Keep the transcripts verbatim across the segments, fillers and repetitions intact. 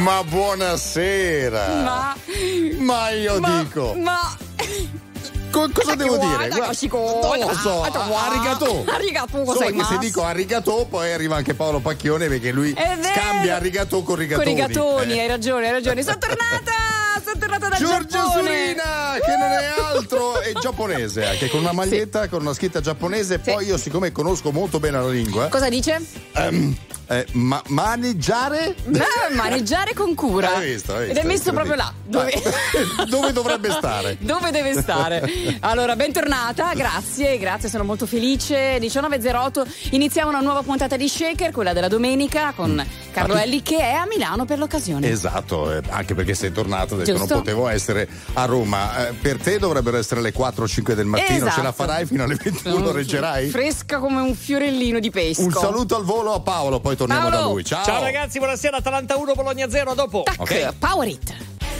Ma buonasera. Ma, ma io ma, dico. Ma. Co- cosa devo guarda, dire? Guarda, non lo so. Arigato. Arigato, so sei che mas. se dico arigato poi arriva anche Paolo Pacchione perché lui scambia arigato con rigatoni. Con rigatoni, eh. hai ragione, hai ragione. Sono tornata! Sono tornata dal Giorgio Giappone. Surina, che non è altro, è giapponese anche, con una maglietta, sì, con una scritta giapponese. Sì. Poi io, siccome conosco molto bene la lingua. Cosa dice? Um, eh, ma- maneggiare? Eh, maneggiare con cura. Hai visto, hai visto, Ed è messo proprio là. Dove... dove dovrebbe stare? Dove deve stare? Allora, bentornata, grazie, grazie, sono molto felice. diciannove e zero otto, iniziamo una nuova puntata di Shaker, quella della domenica, con mm. Carlo Elli, che è a Milano per l'occasione. Esatto, eh, anche perché sei tornato, detto Giusto. non potevo essere a Roma. Eh, per te dovrebbero essere le quattro o cinque del mattino, esatto. Ce la farai fino alle ventuno, reggerai? Fresca come un fiorellino di pesco. Un saluto al volo a Paolo, poi torniamo Paolo. da lui. Ciao. Ciao ragazzi, buonasera. Atalanta uno, Bologna zero, a dopo. Tac, okay. Power It.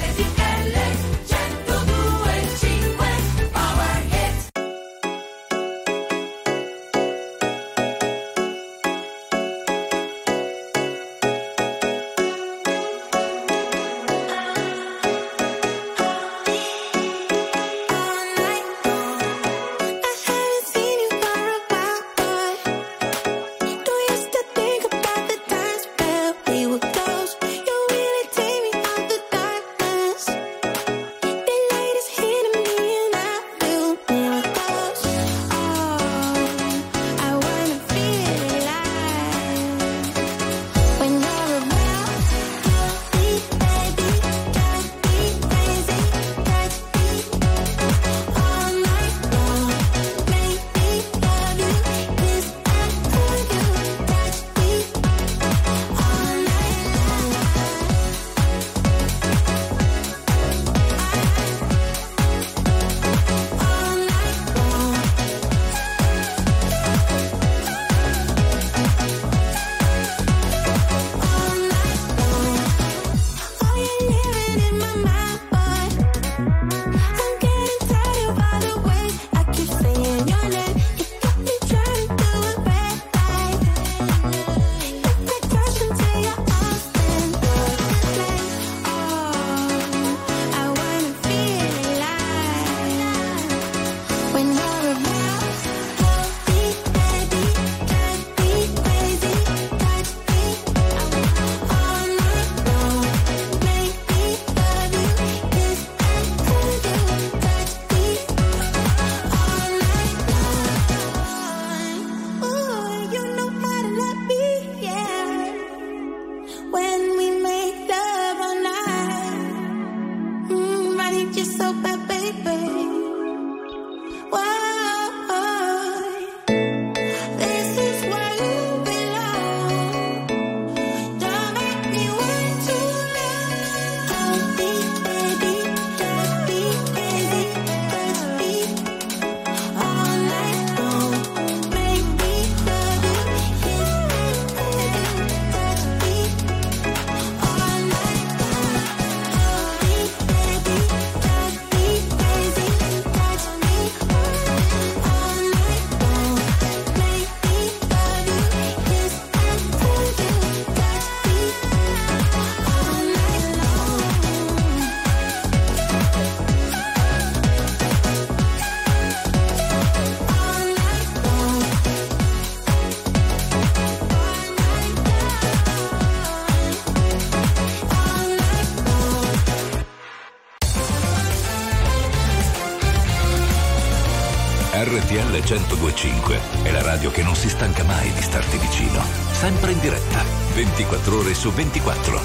R T L centodue e cinque è la radio che non si stanca mai di starti vicino. Sempre in diretta, ventiquattro ore su ventiquattro.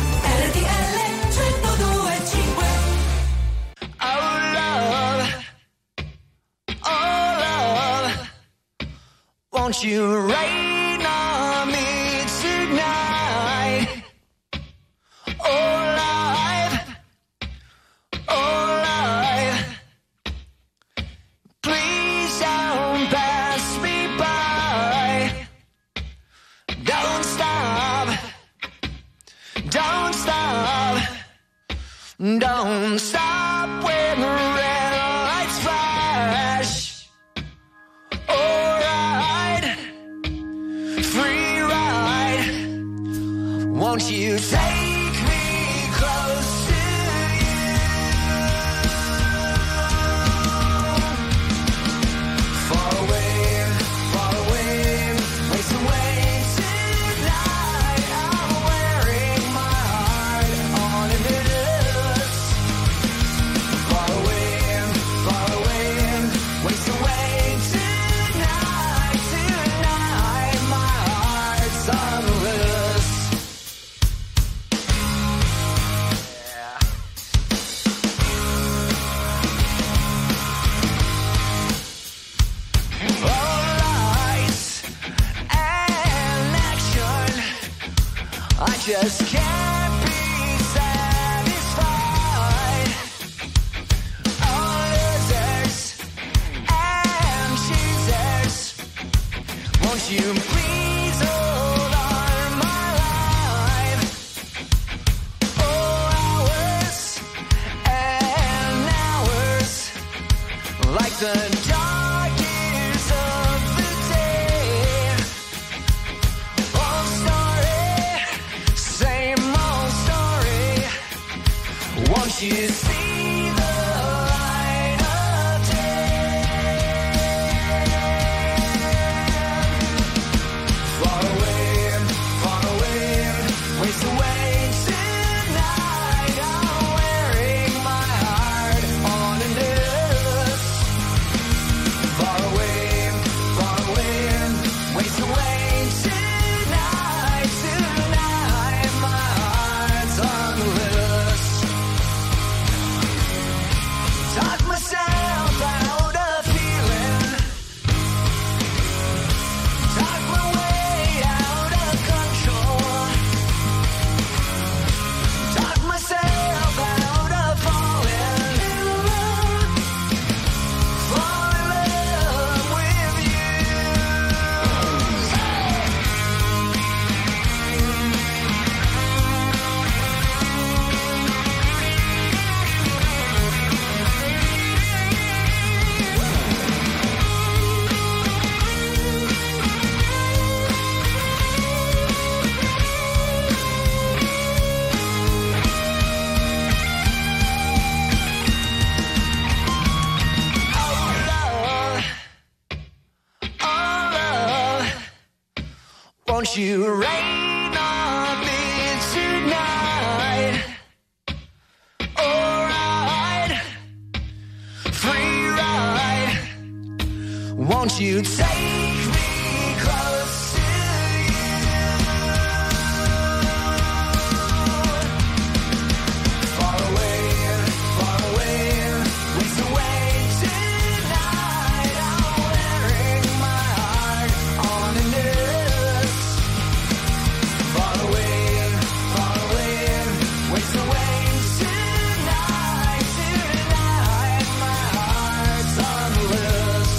R T L centodue e cinque. Oh love, oh love, won't you rain on me tonight? Oh life, oh life, please don't pass me by. Don't stop, don't stop, don't stop when the red lights flash. Alright, free ride, won't you take me just can't be satisfied. All losers and cheaters, won't you please hold on my life? Oh, hours and hours, like the dark years of the day. Old story, same old story. Won't you see the light of day? Far away, far away, waste away tonight. I'm wearing my heart on a noose. Far away, far away, waste away tonight. Tonight, my heart's on the loose. Talk myself out of feeling. Talk my way out of control. Talk myself out of falling in love. Fall in love with you. Oh love, oh love, won't you rain on me tonight? Alright, free ride. Won't you take me close to you? Far away, far away, waste away tonight. I'm wearing my heart on a noose. Far away, far away, waste away tonight. Tonight, my heart's on the loose.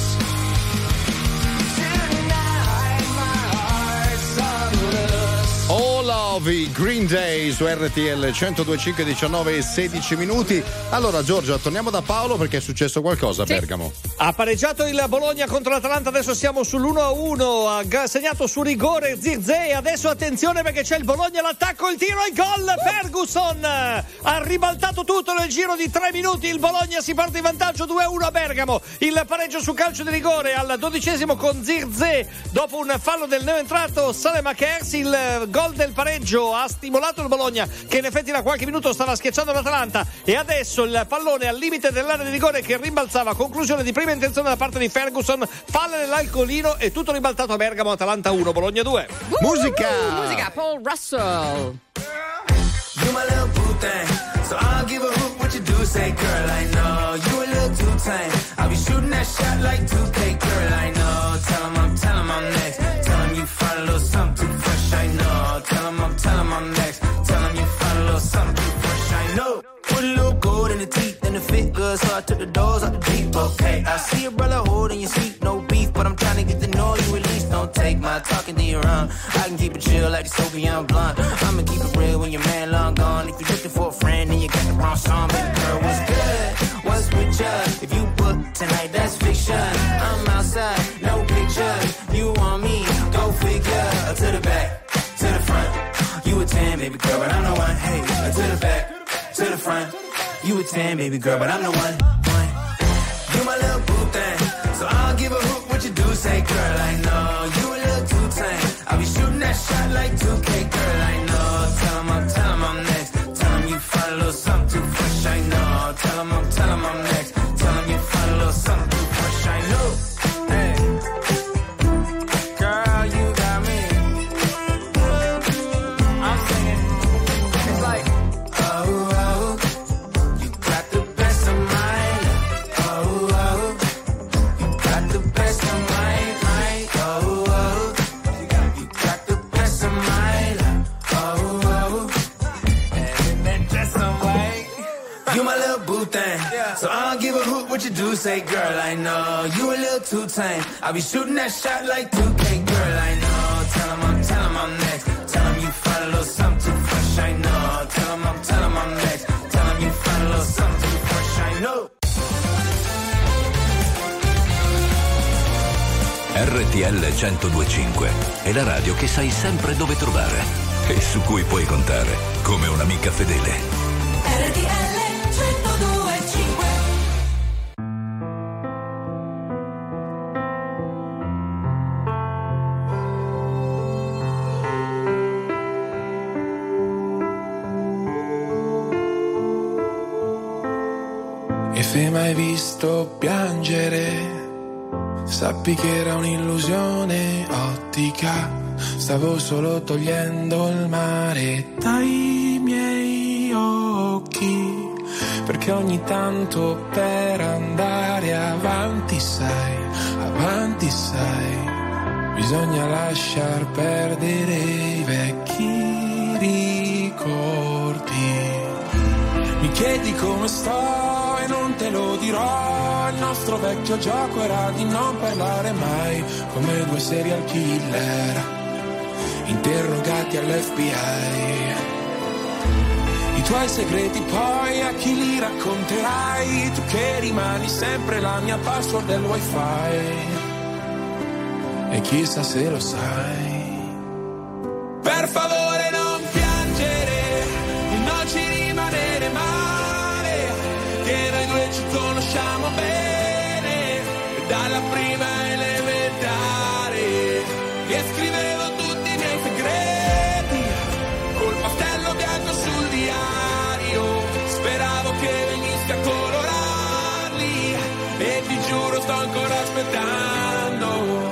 Tonight, my heart's on the loose. Oh Love, i Green Day su R T L centodue e cinque, diciannove e sedici minuti. Allora Giorgio, torniamo da Paolo perché è successo qualcosa a Bergamo. Ha pareggiato il Bologna contro l'Atalanta, adesso siamo sull'uno a uno, ha ga- segnato su rigore Zirze, e adesso attenzione perché c'è il Bologna all'attacco, il tiro, il gol, Ferguson ha ribaltato tutto nel giro di tre minuti, il Bologna si porta in vantaggio due a uno a Bergamo, il pareggio su calcio di rigore al dodicesimo con Zirze, dopo un fallo del neoentrato Salemakers, il gol del pareggio ha stimolato il Bologna che in effetti da qualche minuto stava schiacciando l'Atalanta, e adesso il pallone al limite dell'area di rigore che rimbalzava, conclusione di prima intenzione da parte di Ferguson, palla nell'alcolino e tutto ribaltato a Bergamo. Atalanta uno, Bologna due. Musica! Uh, musica, Paul Russell. You my little boo thing, so I'll give a hoot what you do. Say, girl, I know you a little too tame. I'll be shooting that shot like two K, girl, I know. Tell 'em I'm, tell 'em I'm next. Tell 'em you find a little something too fresh, I know. Tell 'em I'm, tell 'em I'm next. Tell 'em you find a little something too fresh, I know. Put a little gold in the teeth and the fit good, so I took the doors out the deep. Okay, I see a brother holding your seat, no beef, but I'm trying to get to know you at least. Don't take my talking to your own. I can keep it chill like the Soviet blunt. I'ma keep it real when your man long gone. If you're looking for a friend and you got the wrong song, baby girl, what's good? What's with ya? If you book tonight, that's fiction. I'm outside, no pictures. You want me? Go figure. To the back, to the front. You a ten, baby girl, but I'm the one. Hey, to the back, to the front. You a ten, baby girl, but I'm the one. one. You my little boo thing, so I'll give a hoot what you do. Say, girl, I know you a little too tame. I'll be shooting that shot like two K, girl, I know. Tell 'em I'm, tell 'em I'm next. Tell 'em you find a little something too fresh, I know. Tell 'em I'm, tell 'em I'm next. Tell 'em you find a little something too fresh, I know. Hey, girl, you got me. I'm singing. It's like, oh, oh, you got the best of mine. Oh, oh, you got the best of mine. Oh, oh, you got the best of mine. what you do, say, girl, I know you a little too tame. I'll be shooting that shot like two K, girl, I know. Tell him I'm, tell him I'm next. Tell him you find a little something too fresh, I know. Tell him I'm, tell him I'm next. Tell him you find a little something too fresh, I know. R T L centodue e cinque è la radio che sai sempre dove trovare e su cui puoi contare come un'amica fedele. R T L centodue e cinque. E se mai visto piangere, sappi che era un'illusione ottica, stavo solo togliendo il mare dai miei occhi, perché ogni tanto per andare avanti sai, avanti sai, bisogna lasciar perdere i vecchi ricordi. Mi chiedi come sto e non te lo dirò, il nostro vecchio gioco era di non parlare mai, come due serial killer interrogati all'F B I. I tuoi segreti poi a chi li racconterai, tu che rimani sempre la mia password del wifi, e chissà se lo sai. Per favore non piangere e non ci rimanere male, che noi due ci conosciamo bene dalla prima elementare, e scrivevo tutti i miei segreti col pastello bianco sul diario, speravo che venissi a colorarli e ti giuro sto ancora aspettando.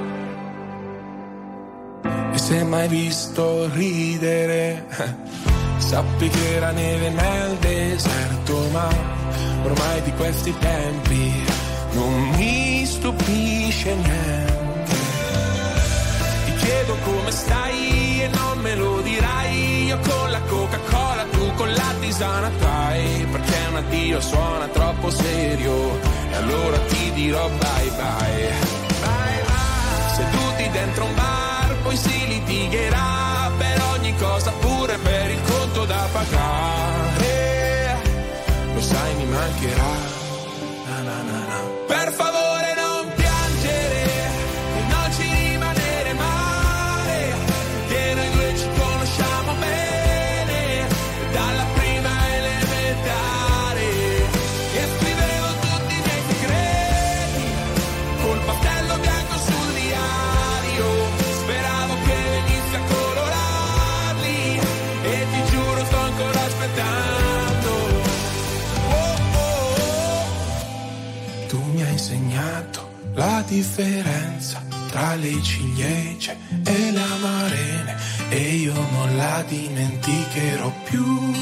E se mai visto ridere, sappi che era neve nel deserto, ma ormai di questi tempi non mi stupisce niente. Ti chiedo come stai e non me lo dirai, io con la Coca-Cola, tu con la tisana trai, perché un addio suona troppo serio e allora ti dirò bye bye. Bye bye. Seduti dentro un bar poi si litigherà per ogni cosa, pure per il conto da pagare, lo sai mi mancherà. Na, na, na, na. Per favore non piangere e non ci rimanere male, che noi due ci conosciamo bene dalla prima elementare, e scrivevo tutti i miei segreti col pastello bianco sul diario, speravo che venissi a colorarli e ti giuro sto ancora aspettando. Oh, oh, oh. Tu mi hai insegnato la differenza tra le ciliegie e le amarene e io non la dimenticherò più.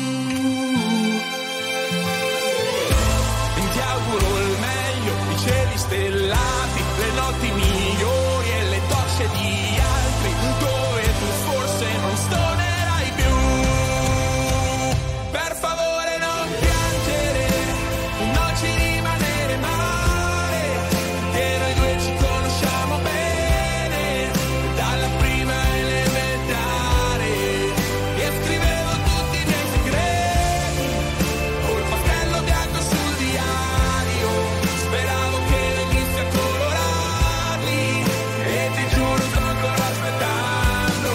E ti auguro il meglio, i cieli stellati, le notti migliori e le docce di altri, dove tu forse non stonerai più. Per favore non piangere, non ci rimanere male, che noi due ci conosciamo bene dalla prima elementare, e scrivevo tutti i miei segreti col pastello bianco sul diario, speravo che venissi a colorarli e ti giuro sto ancora aspettando.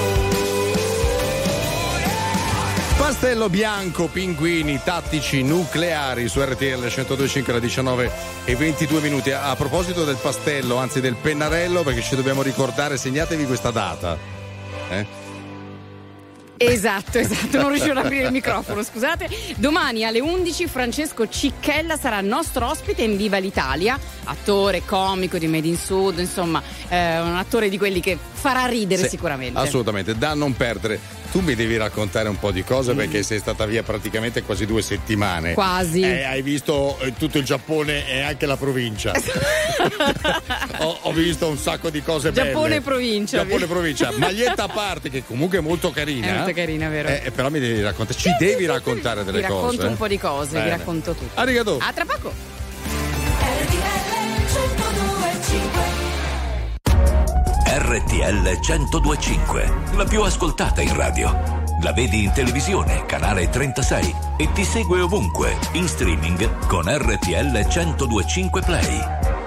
Pastello bianco, pinguini tattici nucleari su R T L centodue e cinque alle diciannove e ventidue minuti. A proposito del pastello, anzi del pennarello, perché ci dobbiamo ricordare, segnatevi questa data. Eh? Esatto, esatto, non riuscivo ad aprire il microfono, scusate. Domani alle undici Francesco Cicchella sarà nostro ospite in Viva l'Italia, attore, comico di Made in Sud, insomma, eh, un attore di quelli che farà ridere Sì, sicuramente. Assolutamente, da non perdere. Tu mi devi raccontare un po' di cose mm. perché sei stata via praticamente quasi due settimane. Quasi. Eh, hai visto eh, tutto il Giappone e anche la provincia. ho, ho visto un sacco di cose belle. Giappone e provincia. Giappone e provincia. Maglietta a parte, che comunque è molto carina. È molto carina, vero? Eh, però mi devi raccontare, ci devi raccontare delle vi cose. Vi racconto eh? un po' di cose, Bene. vi racconto tutto. Arigato. A tra poco. R T L centodue e cinque, la più ascoltata in radio. La vedi in televisione, canale trentasei, e ti segue ovunque, in streaming con R T L centodue e cinque Play.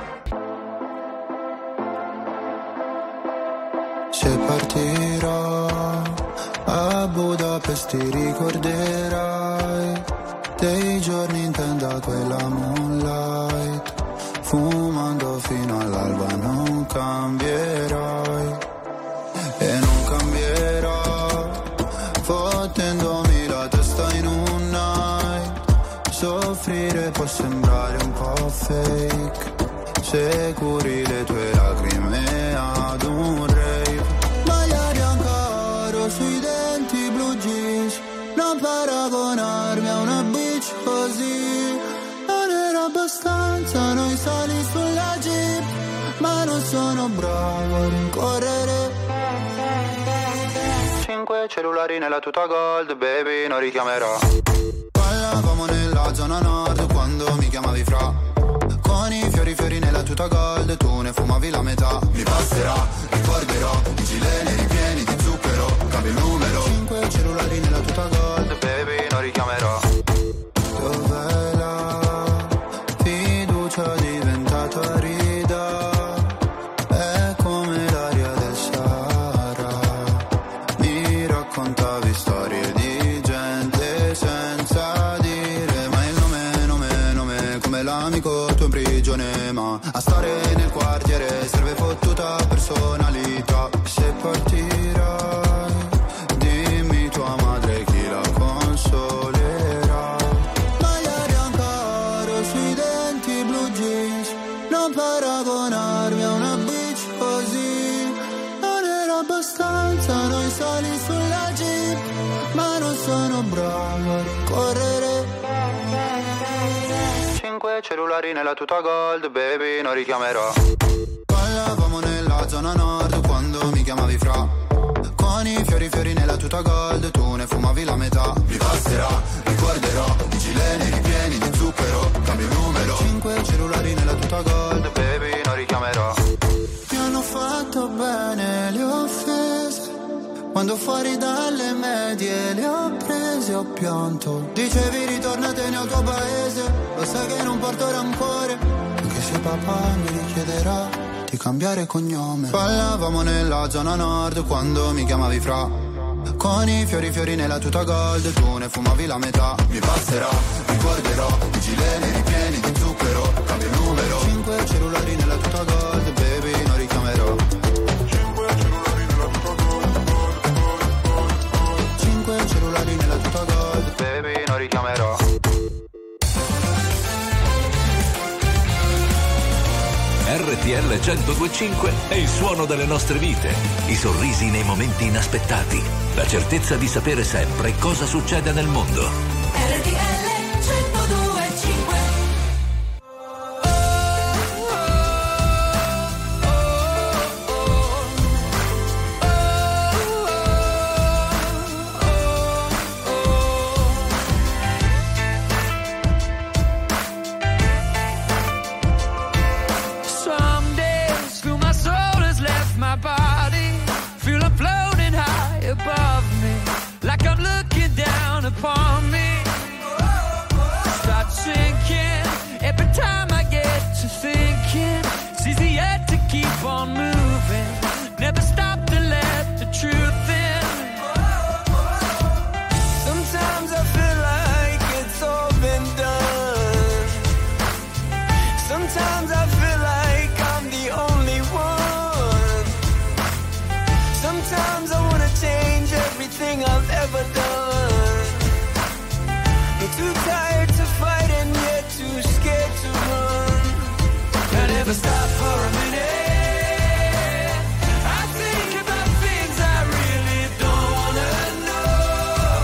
Se partirò a Budapest ti ricorderai dei giorni in tenda quella moonlight, fumando fino all'alba non cambierai e non cambierò, fottendomi la testa in un night. Soffrire può sembrare un po' fake se curi le tue lacrime ad un rave. Magliari ancora sui denti blu jeans, non paragonarmi a una bitch così. Non era abbastanza noi sali sulla jeep, ma non sono bravo a rincorrere. Cinque cellulari nella tuta gold, baby, non richiamerò. Parlavamo nella zona nord quando mi chiamavi fra, con i fiori fiori nella tuta gold, tu ne fumavi la metà. Mi passerà, ricorderò, i gileni ripieni di zucchero, cambio il numero. Cinque cellulari nella tuta gold, baby, non richiamerò. Dov'è la fiducia diventata rida? È come l'aria del Sahara. Mi raccontavi storie di gente senza dire mai il nome, nome, nome, come l'amico tuo in prigione, ma a stare nel quartiere serve fottuta personalità. Se partirai, dimmi tua madre chi la consolerà. Magliari ancora sui denti blu jeans, non paragonarmi a una bitch così. Non era abbastanza noi sali sulla jeep, ma non sono bravo a rincorrere. Cinque cellulari nella tuta gold, baby, non richiamerò. Parlavamo nella zona nord quando mi chiamavi fra, con i fiori fiori nella tuta gold, tu ne fumavi la metà. Mi passerà, ricorderò, i gileni ripieni di zucchero, cambio numero. Cinque cellulari nella tuta gold, baby, non richiamerò. Mi hanno fatto bene le offese, quando fuori dalle medie le ho prese, ho pianto. Dicevi ritornatene al tuo paese, lo sai che non porto rancore, anche se papà mi richiederà di cambiare cognome. Parlavamo nella zona nord quando mi chiamavi fra, con i fiori fiori nella tuta gold, tu ne fumavi la metà. Mi passerà, ricorderò, i gileni ripieni di zucchero, cambio il numero. Cinque cellulari nella tuta gold, baby, non richiamerò. Cellulari nella tuta gold, baby, non richiamerò. R T L centodue e cinque è il suono delle nostre vite, i sorrisi nei momenti inaspettati, la certezza di sapere sempre cosa succede nel mondo. R T L centodue e cinque. Upon me, start sinking every time I get to thinking. It's easier to keep on moving, never stop to let the truth in. Sometimes I feel like it's all been done. Sometimes I feel like I'm the only one. Sometimes I wanna change everything I've ever done. Too tired to fight and yet too scared to run. I never stop for a minute. I think about things I really don't wanna know.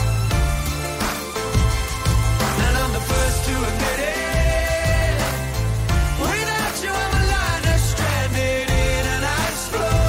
And I'm the first to admit it. Without you I'm a liner stranded in an ice floor.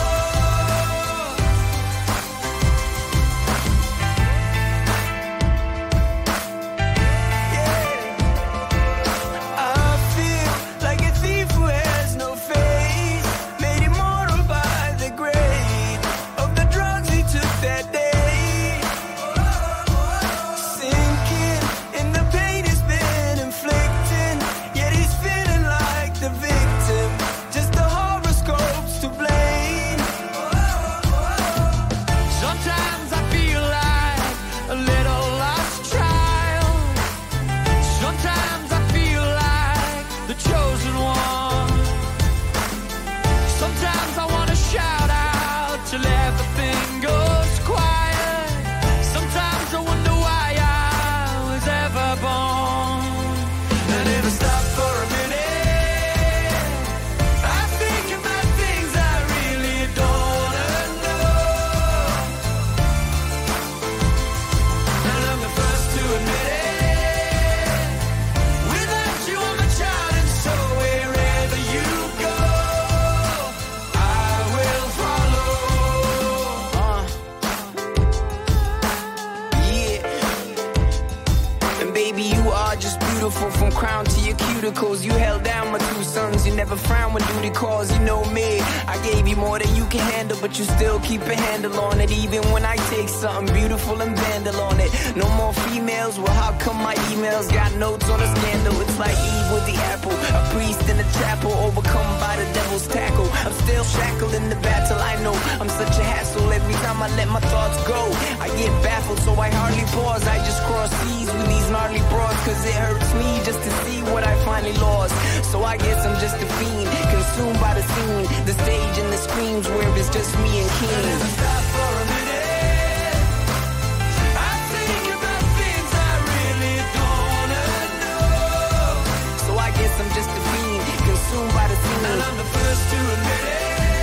pharmaceuticals. You held down my two sons. You never frown when duty calls. You know me. I gave you more than you can handle, but you still keep a handle on it. Even when I take something beautiful and vandal on it. No more females. Well, how come my emails got notes on a scandal? It's like Eve with the apple. A priest in a chapel, overcome by the devil's tackle. I'm still shackled in the battle. I know I'm such a hassle. Every time I let my thoughts go, I get baffled, so I hardly pause. I just cross seas with these gnarly broads, cause it hurts me just to see what I finally lost. So I guess I'm just a fiend, consumed by the scene, the stage and the screams where it's just me and King. Stop for a minute. I think about things I really don't wanna know. So I guess I'm just a fiend, consumed by the scene, and I'm the first to admit it.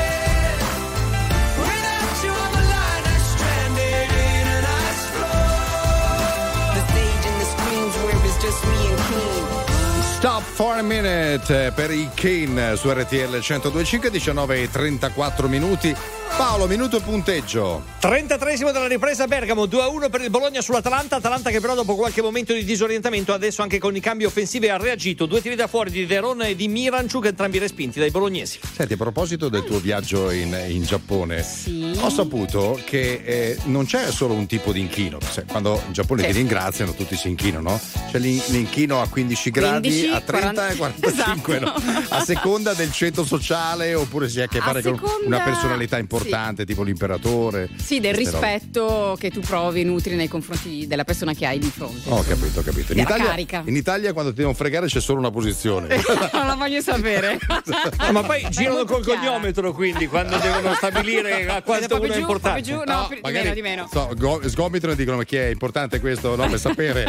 Without you on the line, I'm stranded in an ice floor. The stage and the screams where it's just me and King. Stop for a minute per i Kane su R T L centodue e cinque, diciannove e trentaquattro minuti. Paolo, minuto e punteggio. trentatreesimo della ripresa, Bergamo due a uno per il Bologna sull'Atalanta. Atalanta che però dopo qualche momento di disorientamento adesso anche con i cambi offensivi ha reagito. Due tiri da fuori di Verona e di Miranchuk, entrambi respinti dai bolognesi. Senti, a proposito del tuo viaggio in, in Giappone, sì. Ho saputo che eh, non c'è solo un tipo di inchino. Cioè, quando in Giappone sì. ti ringraziano tutti si inchinano, no? C'è l'inchino a quindici gradi, quindici, a trenta e quarantacinque, esatto. No? A seconda del ceto sociale, oppure si ha a che fare con una personalità importante, sì. tipo l'imperatore. Sì, del rispetto che tu provi e nutri nei confronti della persona che hai di fronte. Ho capito, ho capito. In Italia, carica. In Italia quando ti devono fregare c'è solo una posizione. Non la voglio sapere. No, ma poi girano col chiara. Cognometro, quindi quando devono stabilire a quanto uno giù, è importante. Giù, no, no, di meno, di meno. So, go, sgomitano e dicono: ma chi è importante questo? No, per sapere.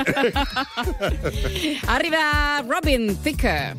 Arriva Robin Thicke.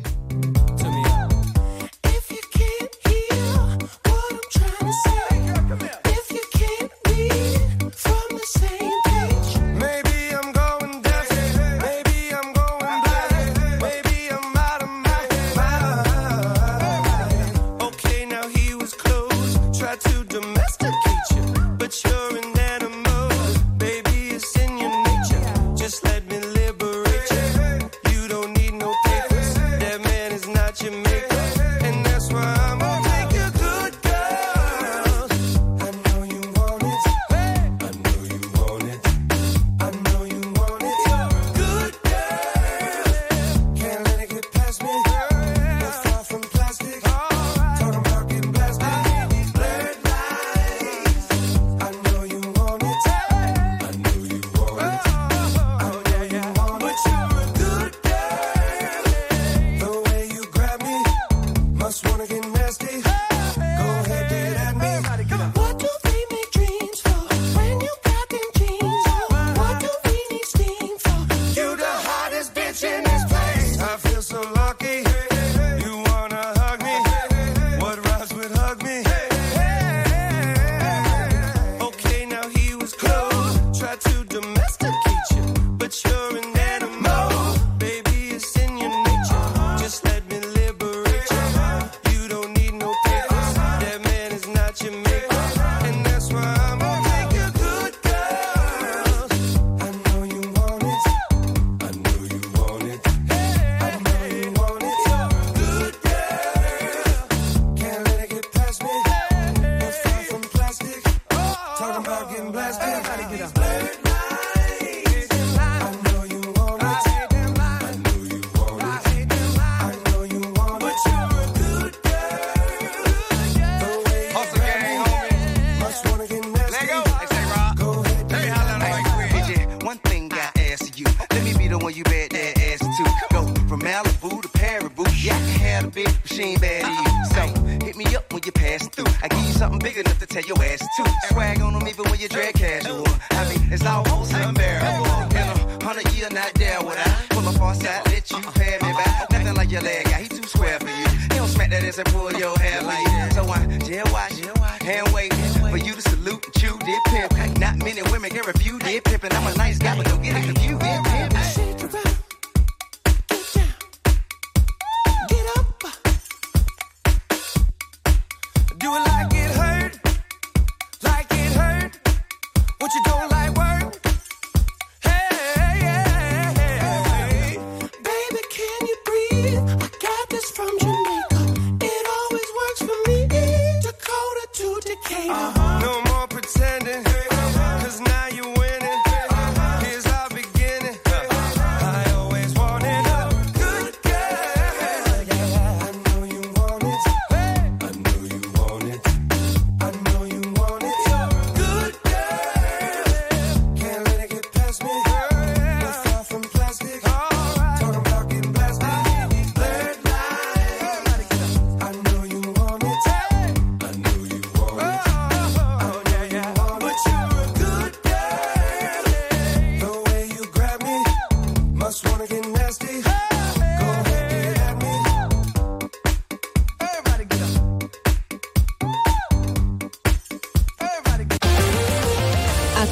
Baby, can you breathe?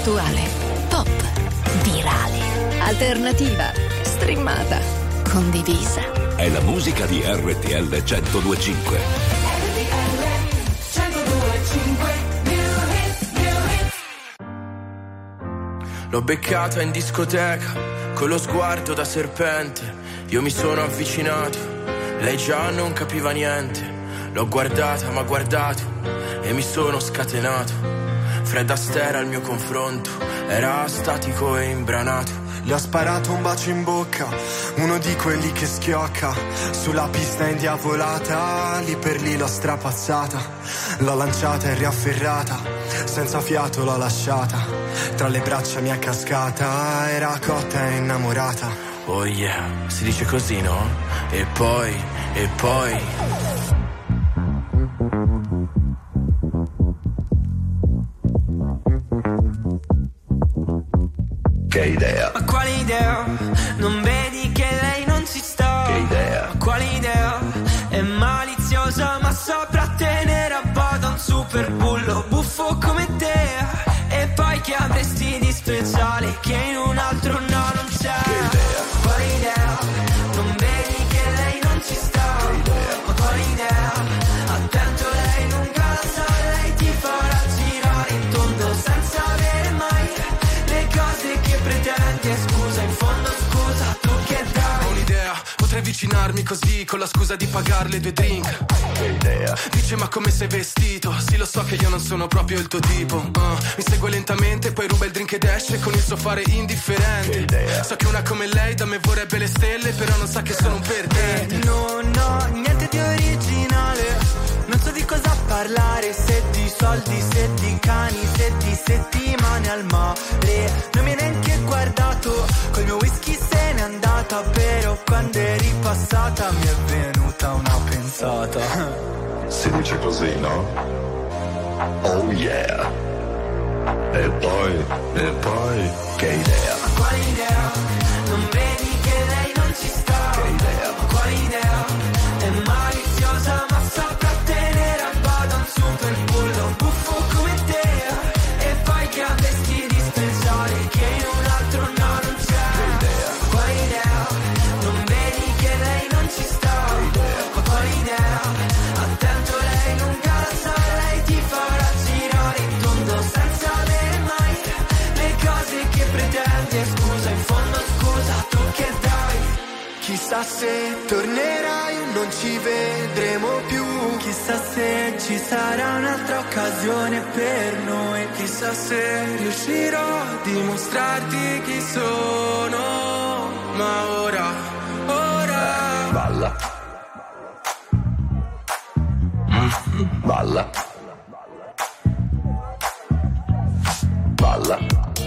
attuale, pop, virale, alternativa, streamata, condivisa. È la musica di R T L centodue e cinque. R T L centodue e cinque. L'ho beccata in discoteca, con lo sguardo da serpente. Io mi sono avvicinato, lei già non capiva niente. L'ho guardata, m'ha guardato e mi sono scatenato. Fred Astaire al mio confronto, era statico e imbranato. Le ho sparato un bacio in bocca, uno di quelli che schiocca. Sulla pista indiavolata, lì per lì l'ho strapazzata. L'ho lanciata e riafferrata, senza fiato l'ho lasciata. Tra le braccia mi è cascata, era cotta e innamorata. Oh yeah, si dice così, no? E poi, e poi... Che idea? Ma quale idea? Non vedi che lei non ci sta? Che idea? Ma quale idea? È maliziosa ma saprà tenere a bada un super bullo buffo come te. E poi che avresti di speciale che in un altro no non c'è? Che idea? Quale idea? Non vedi che lei non ci sta? Che idea? Ma quale idea? Attento, lei non casa, lei ti farà girare in tondo senza avere mai le cose che pretendi. E scusa, in fondo scusa, tu che dai? Ho un'idea, potrei avvicinarmi così con la scusa di pagarle due drink. Che idea? Dice ma come sei vestito? Sì, lo so che io non sono proprio il tuo tipo. uh, Mi segue lentamente, poi ruba il drink ed esce con il suo fare indifferente. Che idea? So che una come lei da me vorrebbe le stelle, però non sa che sono un perdente. Non ho niente di originale, non so di cosa parlare. Se di soldi, se di cani, se di settimane al mare. Non mi hai neanche guardato, col mio whisky se n'è andata. Però quando eri passata mi è venuta una pensata. Si dice così, no? Oh yeah. E poi, e poi, che idea? Ma quale idea? Non vedi che lei non ci sta? Che idea? Ma quale idea? È maliziosa ma saprà tenere a bada un super bullo buffo come te. E poi che avresti di speciale che in un altro no non c'è? Che idea? Ma quale idea? Non vedi che lei non ci sta? Che idea? Ma quale idea? Attento, lei non casa, lei ti farà girare in tondo senza avere mai le cose che pretendi. E scusa, in fondo scusa, tu che dai? Chissà se tornerai o non ci vedremo più. Chissà se ci sarà un'altra occasione per noi. Chissà se riuscirò a dimostrarti chi sono. Ma ora, ora Balla. Balla. Balla.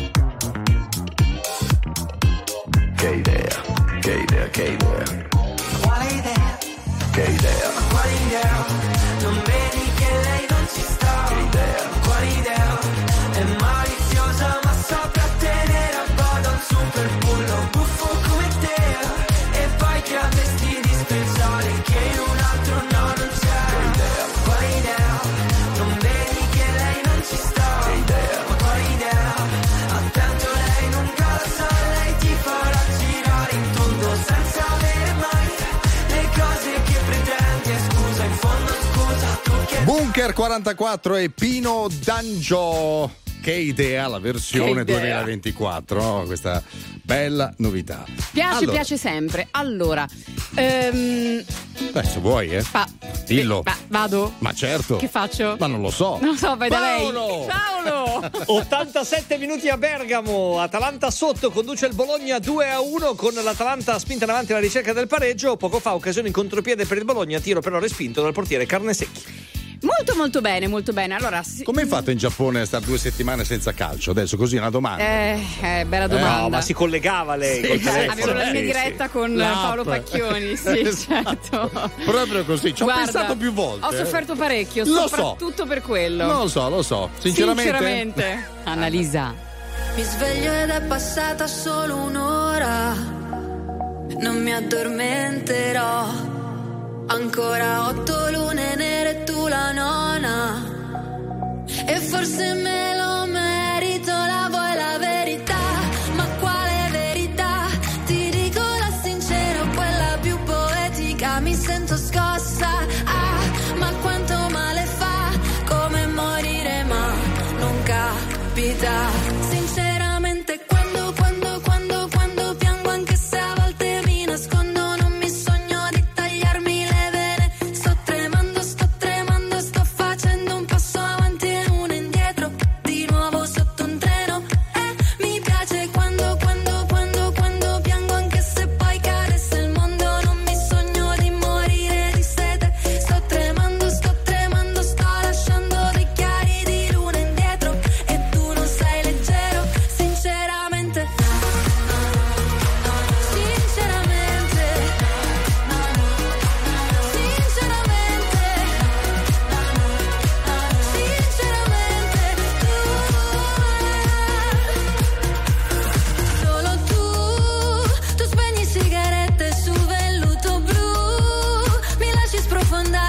Che idea? Che idea? Che idea? quale idea? Che idea? Quale idea? Non vedi che lei non ci sta? Che idea? Quale idea? È maliziosa ma saprà tenere a bada un super bullo buffo come te. E poi che avresti di speciale che in un altro no non c'è? Che idea? Quale idea? Non vedi che lei non ci sta? Che idea? Ma quale idea? Attento, lei non casa, lei ti farà girare in tondo senza avere mai le cose che pretendi. E scusa, in fondo scusa, tu che Bunker quarantaquattro e Pino D'Angio. Che idea, la versione Che idea. duemilaventiquattro, no? Questa bella novità. Piace, Allora, piace sempre. Allora, ehm, beh, se vuoi, eh. fa- Dillo. Va- vado? Ma certo. Che faccio? Ma non lo so. Non lo so, vai da lei. Paolo! Paolo! ottantasette minuti a Bergamo, Atalanta sotto, conduce il Bologna due a uno con l'Atalanta spinta in avanti alla ricerca del pareggio. Poco fa occasione in contropiede per il Bologna, tiro però respinto dal portiere Carnesecchi. Molto molto bene, molto bene. Allora, sì- Come hai fatto in Giappone a stare due settimane senza calcio? Adesso così una domanda. eh, eh, bella domanda. No, ma si collegava lei Sì, col sì, telefono. Avevo la mia Sì, diretta sì. con L'app. Paolo Pacchioni, sì, Esatto. certo. Proprio così, ci ho Guarda, pensato più volte. Ho eh. sofferto parecchio, Lo so. soprattutto per quello. Non lo so, lo so. Sinceramente. Sinceramente. Annalisa. Mi sveglio ed è passata solo un'ora. Non mi addormenterò. Ancora otto lune nere e tu la nona. E forse me lo merito, la vuoi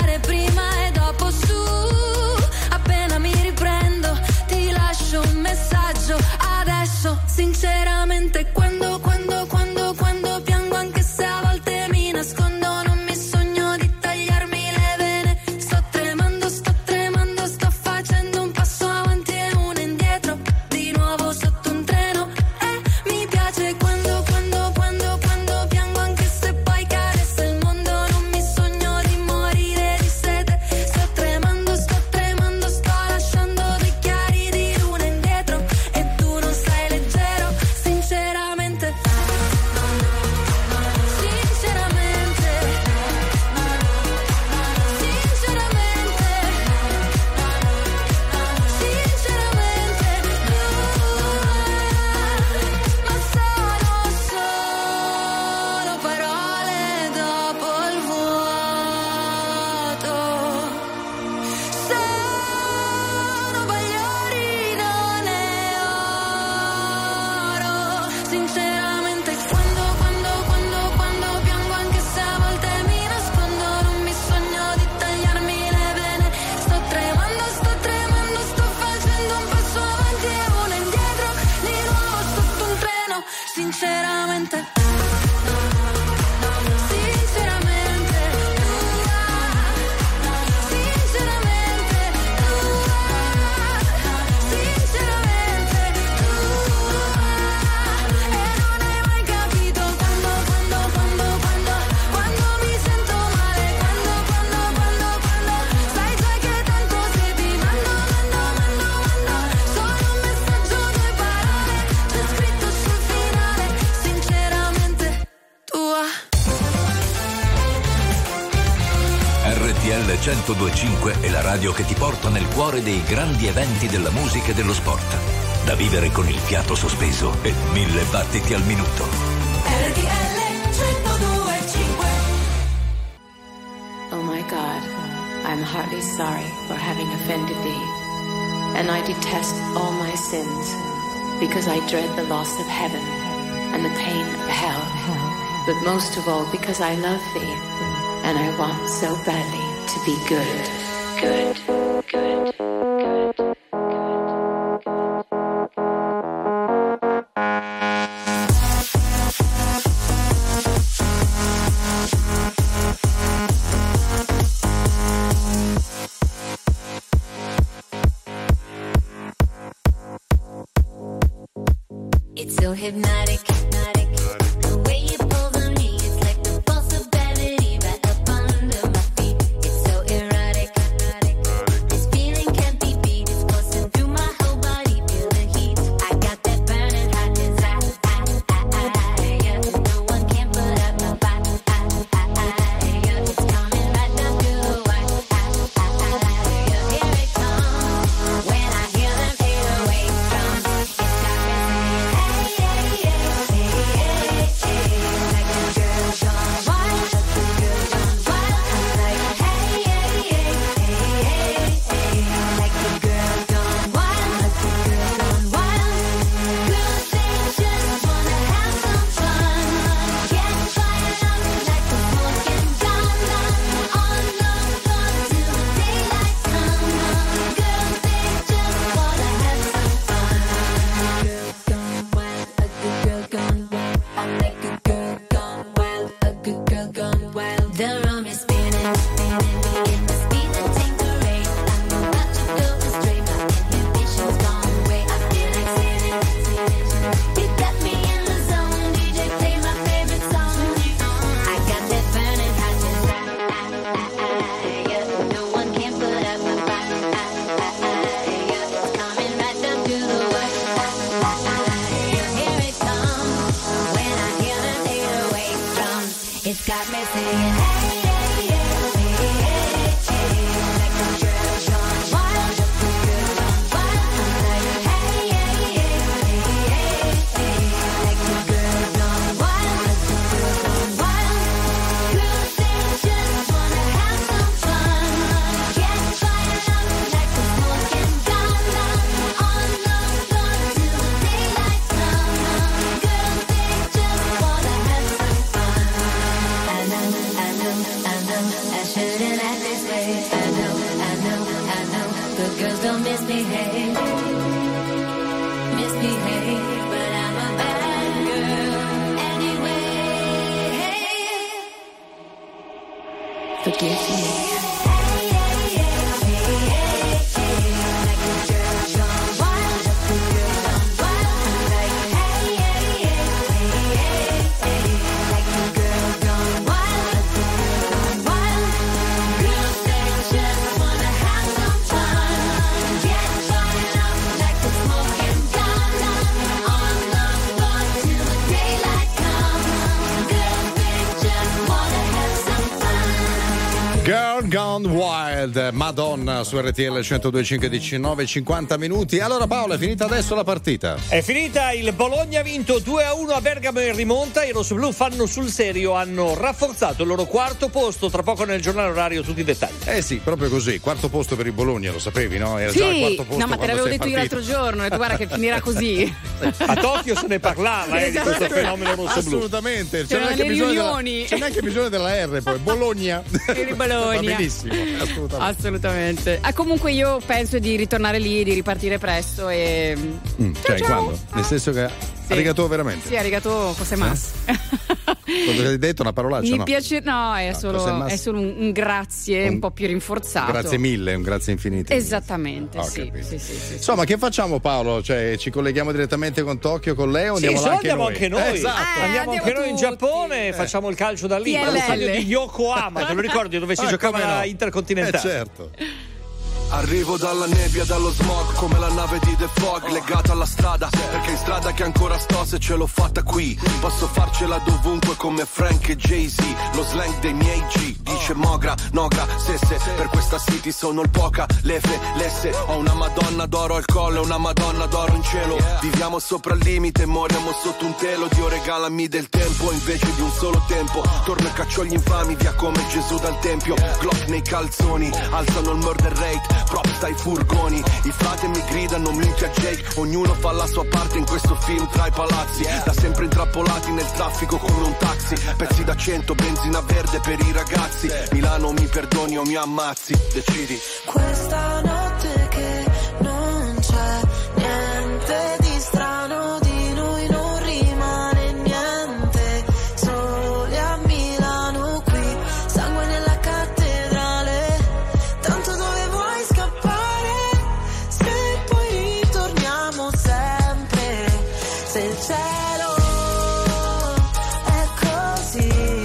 bene prima e dopo su. Appena mi riprendo ti lascio un messaggio. Adesso sinceramente quando, quando, quando, quando piango, anche se a volte mi nascondo, non mi sogno di tagliarmi le vene. Sto tremando, sto tremando, sto facendo un passo avanti e uno indietro, di nuovo sotto un treno. E mi piace quando, quando, quando, quando piango, anche se poi caressa il mondo, non mi sogno di morire di sete. Sto tremando, sto tremando, sto lasciando bicchieri di luna indietro e tu non sei leggero, sinceramente. Sinceramente, sinceramente, sinceramente, ma sono solo parole dopo il vuoto. Sono bagliori, non è oro. Sinceramente quando, quando, quando, quando piango, anche se a volte mi nascondo, non mi sogno di tagliarmi le vene. Sto tremando, sto tremando, sto facendo un passo avanti e uno indietro, di nuovo sotto un treno. Sinceramente, sinceramente, sinceramente, sinceramente, e non hai mai capito quando, quando, quando, quando, quando mi sento male, quando, quando, quando, quando, sai già che tanto se ti mando, mando, mando, mando, solo un messaggio, due parole, c'è scritto sul finale, sinceramente tua. R T L centodue e cinque è la radio che ti porta nel cuore dei grandi eventi della musica e dello sport. Da vivere con il fiato sospeso e mille battiti al minuto. R T L centodue e cinque. Oh my God, I'm heartily sorry for having offended thee, and I detest all my sins, because I dread the loss of heaven and the pain of hell, but most of all because I love thee, and I want so badly to be good, good, good, good. It's so hypnotic, hypnotic. The way you pull on me, it's like the pulse of gravity right up under my feet. It's so erotic, erotic. This feeling can't be beat. It's coursing through my whole body. Feel the heat. I got that burning hot desire. Yeah, no one can put up my fight. Yeah, it's coming right down to the wire. Yeah, here it comes. When I hear them eight oh eight drums, it's got me singing, hey, I know, I know, I know. Good girls don't misbehave, misbehave, but I'm a bad girl anyway. Forgive me. Girl Gone Wild, Madonna su R T L centodue e cinque, diciannove e cinquanta minuti. Allora Paolo, è finita adesso la partita? È finita, il Bologna ha vinto due a uno a Bergamo in rimonta. I rossoblù fanno sul serio, hanno rafforzato il loro quarto posto. Tra poco nel giornale orario tutti i dettagli. Eh sì, proprio così, quarto posto per il Bologna, lo sapevi, no? Era sì, già il quarto posto. No, ma te l'avevo detto io l'altro giorno, ho detto guarda che finirà così. A Tokyo se ne parlava eh, di questo fenomeno rossoblù. Assolutamente, c'è C'erano neanche, le bisogno riunioni. della, c'è neanche bisogno della R poi, Bologna. Il Bologna. Va benissimo, assolutamente. Assolutamente. Ah, comunque io penso di ritornare lì, di ripartire presto e. Mm, ciao, cioè, ciao. quando? Nel senso che. Sì. Arigato veramente? Sì, arigato cose mas. Cosa hai detto? Una parolaccia? Mi no? piace, no, è No, solo, cose mas- è solo un, un grazie un, Un- po' più rinforzato. Grazie mille, un grazie infinito. Esattamente, Ho sì, capito. sì, sì, sì. Insomma, che facciamo Paolo? Cioè, ci colleghiamo direttamente con Tokyo, con lei o Sì, andiamo se là no anche andiamo noi? anche noi. Eh, esatto. Eh, andiamo anche andiamo noi in tutti. Giappone e facciamo il calcio da lì. T L L. Allo stadio di Yokohama, te lo ricordi dove si Ah, giocava come no? la Intercontinentale? Eh, certo. Arrivo dalla nebbia, dallo smog, come la nave di The Fog, legata alla strada, perché in strada che ancora sto se ce l'ho fatta qui. Posso farcela dovunque come Frank e Jay-Z, lo slang dei miei G, dice Mogra, Nogra, Sesse, per questa city sono il poca, lefe, lesse, ho una madonna d'oro al collo e una madonna d'oro in cielo. Viviamo sopra il limite, moriamo sotto un telo, Dio regalami del tempo invece di un solo tempo. Torno e caccio gli infami via come Gesù dal tempio, Glock nei calzoni, alzano il murder rate, props dai furgoni, i frate mi gridano minchia Jake, ognuno fa la sua parte in questo film tra i palazzi, da sempre intrappolati nel traffico come un taxi, pezzi da cento, benzina verde per i ragazzi, Milano mi perdoni o mi ammazzi, decidi. Questa notte che non c'è niente di strano, di noi non rimane niente, soli a Milano qui, sangue nella cattedrale, tanto dove vuoi scappare, se poi ritorniamo sempre, se il cielo è così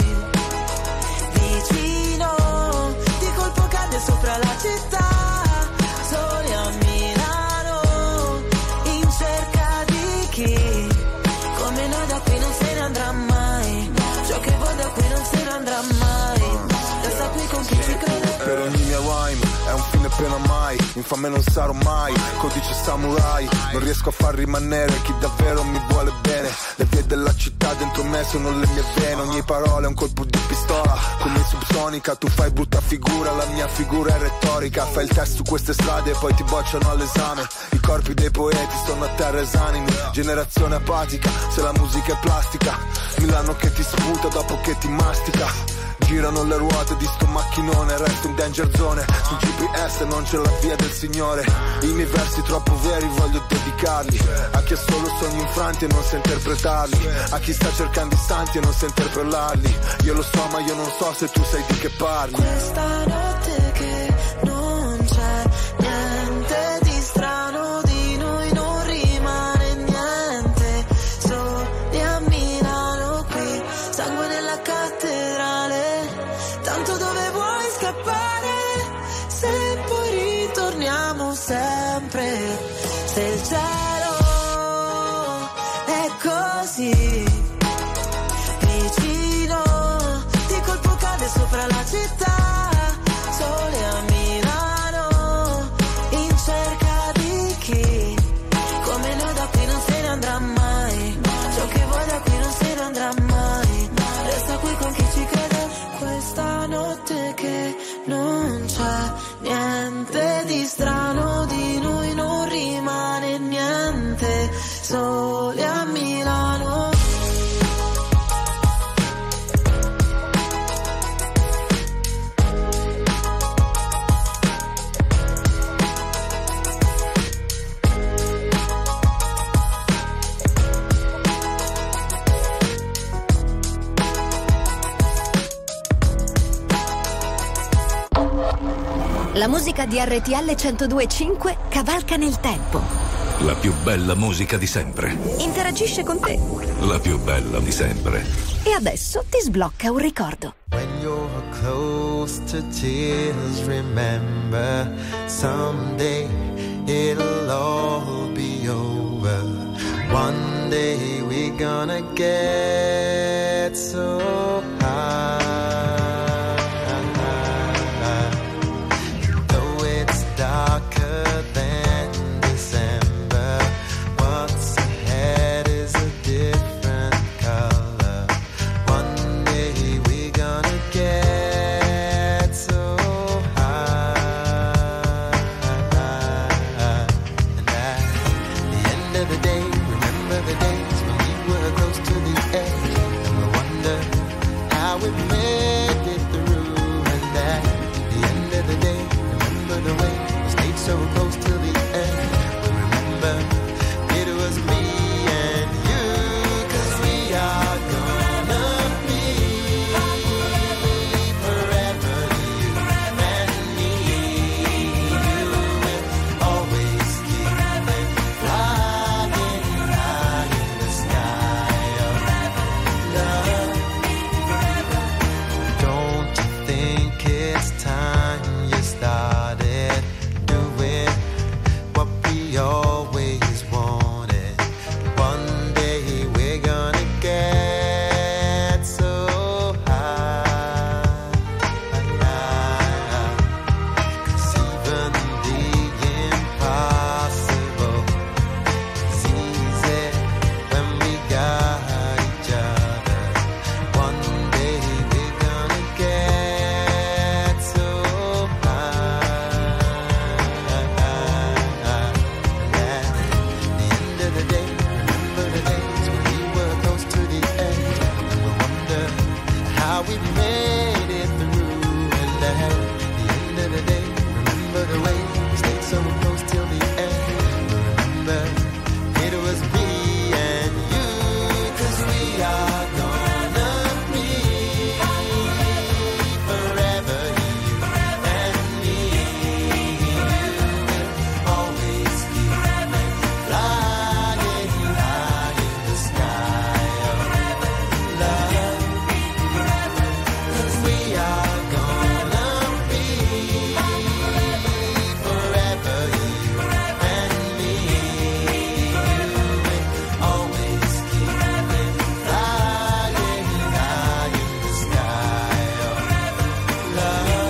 vicino, di colpo cade sopra la città, soli a Milano, in cerca di chi, come noi da qui non se ne andrà mai, ciò che vuoi da qui non se ne andrà mai, resta qui con chi ci crede. Per ogni mia rhyme è un fine pena mai, infame non sarò mai, codice samurai, non riesco a far rimanere chi davvero mi vuole bene, le vie della città dentro me sono le mie vene, ogni parola è un colpo di pistola, come subsonica, tu fai brutta figura, la mia figura è retorica, fai il test su queste strade e poi ti bocciano all'esame, i corpi dei poeti sono a terra esanimi, generazione apatica, se la musica è plastica, Milano che ti sputa dopo che ti mastica. Girano le ruote di sto macchinone, resto in danger zone, sul G P S non c'è la via del Signore, i miei versi troppo veri voglio dedicarli, a chi ha solo sogni infranti e non sa interpretarli, a chi sta cercando i santi e non sa interpellarli, io lo so ma io non so se tu sai di che parli. Questa notte che non c'è niente di strano, di noi non rimane niente, soli a Milano qui, sangue nella cattedrale, tanto dove vuoi scappare, se poi ritorniamo sempre, se il cielo è così vicino, di colpo cade sopra la città, sole a Milano, in cerca di chi, come noi da qui non se ne andrà mai, ciò che vuoi da qui non se ne andrà mai, resta qui con chi ci crede. Questa notte che non c'è niente di strano, di noi non rimane niente, soli a Milano. La musica di R T L centodue e cinque cavalca nel tempo. La più bella musica di sempre. Interagisce con te. La più bella di sempre. E adesso ti sblocca un ricordo. When you're close to tears, remember someday it'll all be over. One day we're gonna get so high. Though it's darker than December, what's ahead is a different color. One day we're gonna get so high. And at the end of the day, remember the days when we were close to the edge, and we wonder how we made it through. And at the end of the day, remember the way we stayed so close to the end. We remember it was me and you, 'cause we are gonna be forever, you and me. You will always keep flying high in the sky of love. Don't you think it's time you started doing what we always wanted? One day we're gonna get so high. 'Cause even the impossible is easy when we got each other. One day we're gonna get so high. And at the end of the day, remember the days when we were close to the edge, and we wonder how we made it through. And at the end of the day, remember the way we stayed so close till the end. Remember it was me and you, 'cause we are gonna be forever, you and me. You will always keep flying high in the sky of love. 'Cause we are gonna be forever, you and me. You will always keep flying high in the sky of love.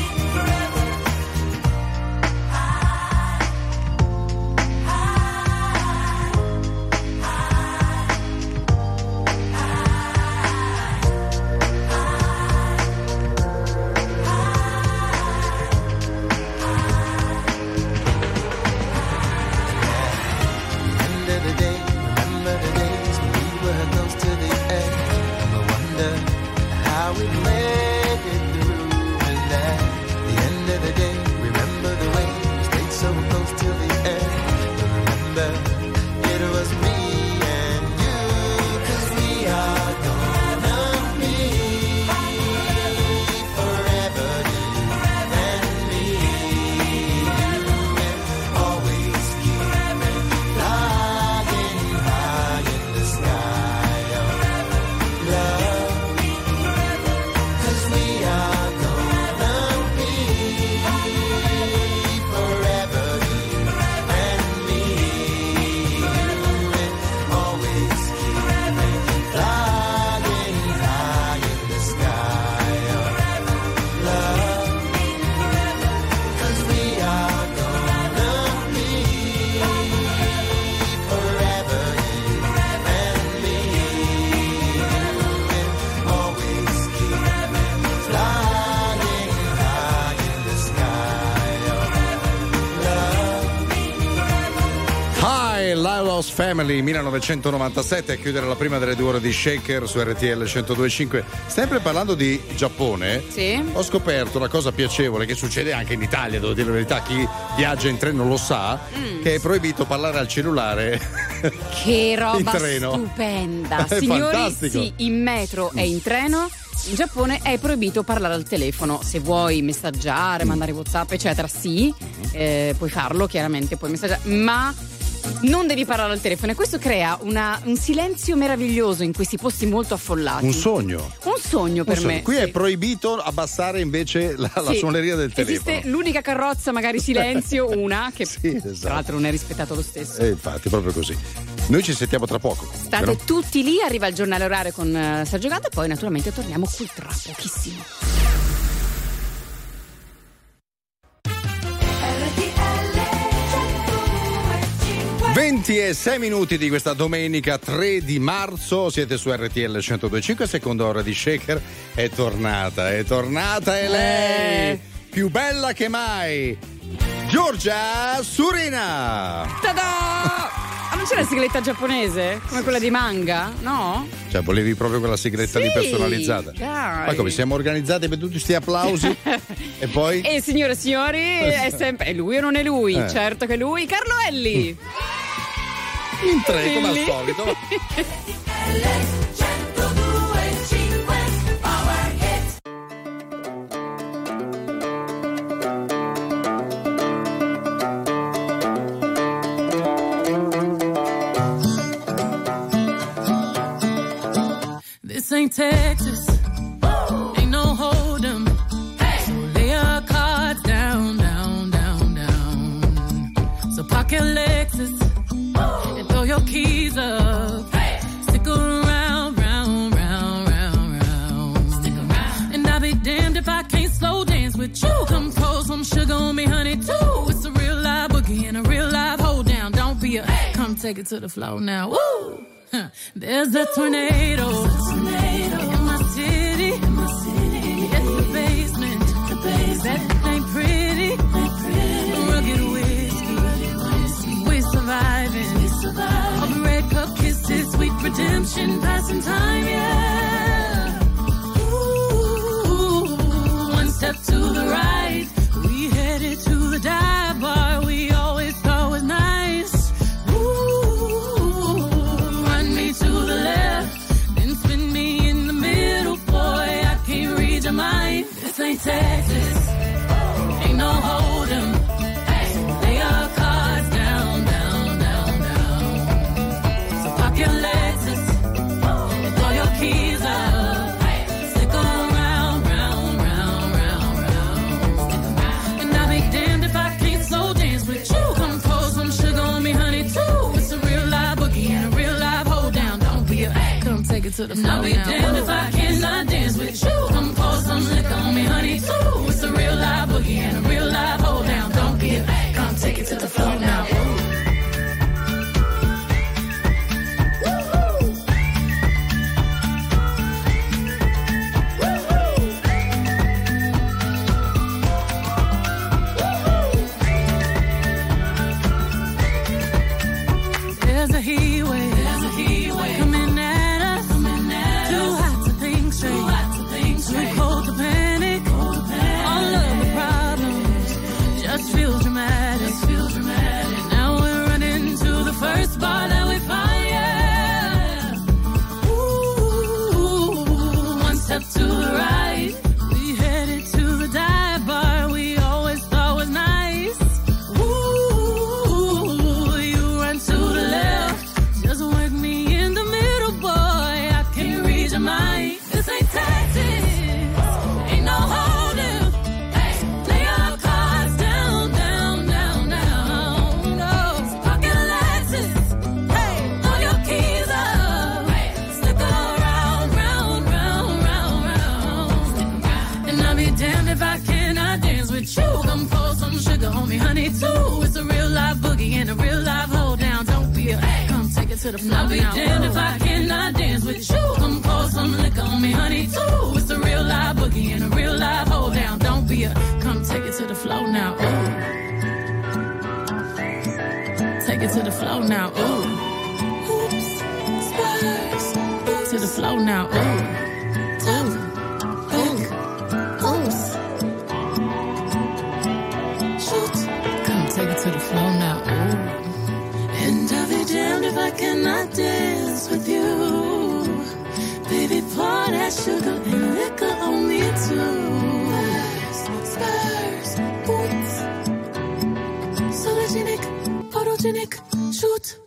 End of the day, remember the days when we were close to the edge, and we wonder how we made it through. And at the end of the day, remember the way we stayed so close till the end. Remember it was me and you, 'cause we are gonna be forever, you and me. You will always keep flying high in the sky of love. 'Cause we are gonna be forever, you and me. You will always keep flying high in the sky of love. 'Cause we are gonna be forever, you and me. You will always keep flying high in the sky of love. Hi, Lailos Family millenovecentonovantasette, a chiudere la prima delle due ore di Shaker su R T L centodue e cinque. Sempre parlando di Giappone, Sì. ho scoperto una cosa piacevole che succede anche in Italia, devo dire la verità, chi viaggia in treno lo sa, Mm. che è proibito parlare al cellulare Che roba in treno. stupenda. È Signori, fantastico. sì, in metro e in treno In Giappone è proibito parlare al telefono. Se vuoi messaggiare, mandare WhatsApp, eccetera, sì, eh, puoi farlo, chiaramente puoi messaggiare, ma non devi parlare al telefono, e questo crea una, un silenzio meraviglioso in questi posti molto affollati. Un sogno. Un sogno per Un sogno. me. Qui sì. è proibito abbassare invece la, la Sì. suoneria del telefono. Esiste l'unica carrozza, magari silenzio, una che Sì, esatto. tra l'altro non è rispettato lo stesso. Eh, infatti, proprio così. Noi ci sentiamo tra poco. State però... tutti lì, arriva il giornale orario con uh, Sergio Gatta e poi naturalmente torniamo qui tra pochissimo. ventisei minuti di questa domenica tre di marzo, siete su R T L centodue e cinque, seconda ora di Shaker. È tornata, è tornata e lei, Eh. più bella che mai, Giorgia Surina. Ta-da! Ah, non c'è la sigletta giapponese? Come quella di manga? No? Cioè, volevi proprio quella sigletta Sì, lì personalizzata? dai. Ma come siamo organizzati per tutti questi applausi? E poi? E signore e signori, è sempre è lui o non è lui? Eh. Certo che è lui, Carlo Elli. In tre, come al Elli. solito. This ain't Texas, ain't no hold'em. So lay your cards down, down, down, down. So park your Lexus and throw your keys up. Stick around, round, round, round, round. Stick around. And I'll be damned if I can't slow dance with you. Come pour some sugar on me, honey, too. It's a real live boogie and a real live hold down. Don't be a, come take it to the floor now. Woo! Huh. There's a tornado, tornado in my city. In my city. It's the basement. The basement. That ain't pretty. Ain't pretty. Rugged whiskey. whiskey. We're surviving. We're surviving. All the red cup kisses, sweet redemption, passing time, yeah. Ooh, one step to the right, we headed to the dive bar we always thought was nice. To the left, then spin me in the middle, boy, I can't read your mind. This ain't Texas, ain't no hold'em. Lay your cards down, down, down, down. So pop your Lexus and throw your keys up. Stick around, round, round, round, round. And I'll be damned if I can't slow dance with you. Come pour some sugar on me, honey, too. It's a real live boogie and a real live hold down. Don't be a, come take it to the floor. I'll be damned if I cannot dance with you. Come pour some liquor on me, honey, too. It's a real live boogie and a real live hold down. Don't be a, come take it to the floor now. There's a heat wave, there's a heat wave coming at us, coming at too us. Hot to think straight, too hot to think straight, too cold to panic, cold to panic. All of the problems just feel dramatic, just feel dramatic. Now we're running to the first bar that we find, yeah. Ooh, one step to the right, we headed to the dive bar we always thought was nice. Ooh, you run to the left, just work me in the middle, boy, I can't read your mind. This ain't Texas, ain't no hold'em. Lay your cards down, down, down, down. No, pocket Lexus, hey, throw your keys up. Stick around, round, round, round, round. And I'll be damned if I cannot dance with you. Come pour some sugar on me, honey, too. It's a real live boogie and a real live hold down. Don't be a, come take it to the floor. I'll be damned if I cannot dance with you. Come pour some liquor on me, honey, too. It's a real live boogie and a real live hold down. Don't be a, come take it to the floor now. Ooh. Take it to the floor now. Ooh. Oops, sparks. To the floor now. Ooh. Ooh. Ooh. Oops. Shoot. Come take it to the floor now. Ooh. And I'll be damned if I cannot dance with you. Baby, part all that sugar and liquor on me too. Spurs, boots, sologenic, photogenic, shoot.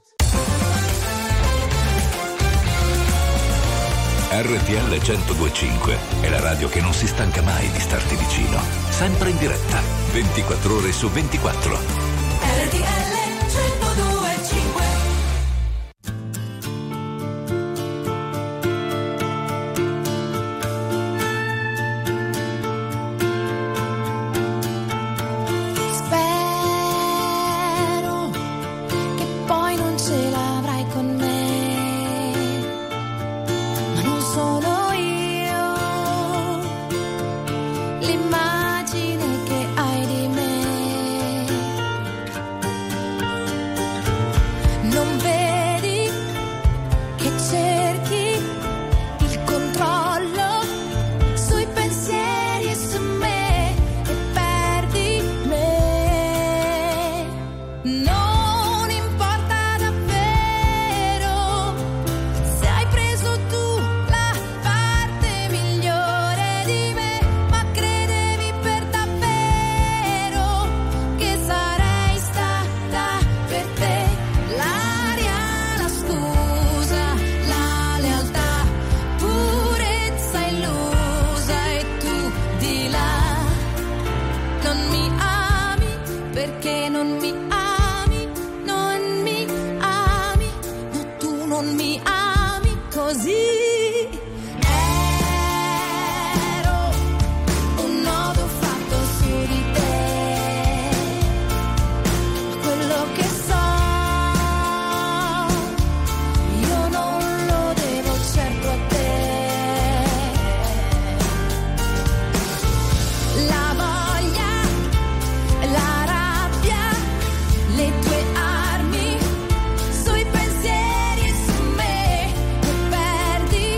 R T L centodue e cinque è la radio che non si stanca mai di starti vicino, sempre in diretta, ventiquattro ore su ventiquattro. R T L centodue e cinque. Spero che poi non ce l'avrai con me, ma non sono io l'immagine che hai di me. Non vedi che cerchi il controllo sui pensieri e su me e perdi me. Non importa davvero se hai preso tu la parte migliore di me, ma credevi per davvero che sarei stata per te l'aria, la scusa, la lealtà, purezza illusa, e tu di là non mi ami perché non mi ami, non mi ami, no, tu non mi ami così. Ero un nodo fatto su di te, ma quello che so io non lo devo certo a te. La voglia, la rabbia, le tue armi sui pensieri e su me e perdi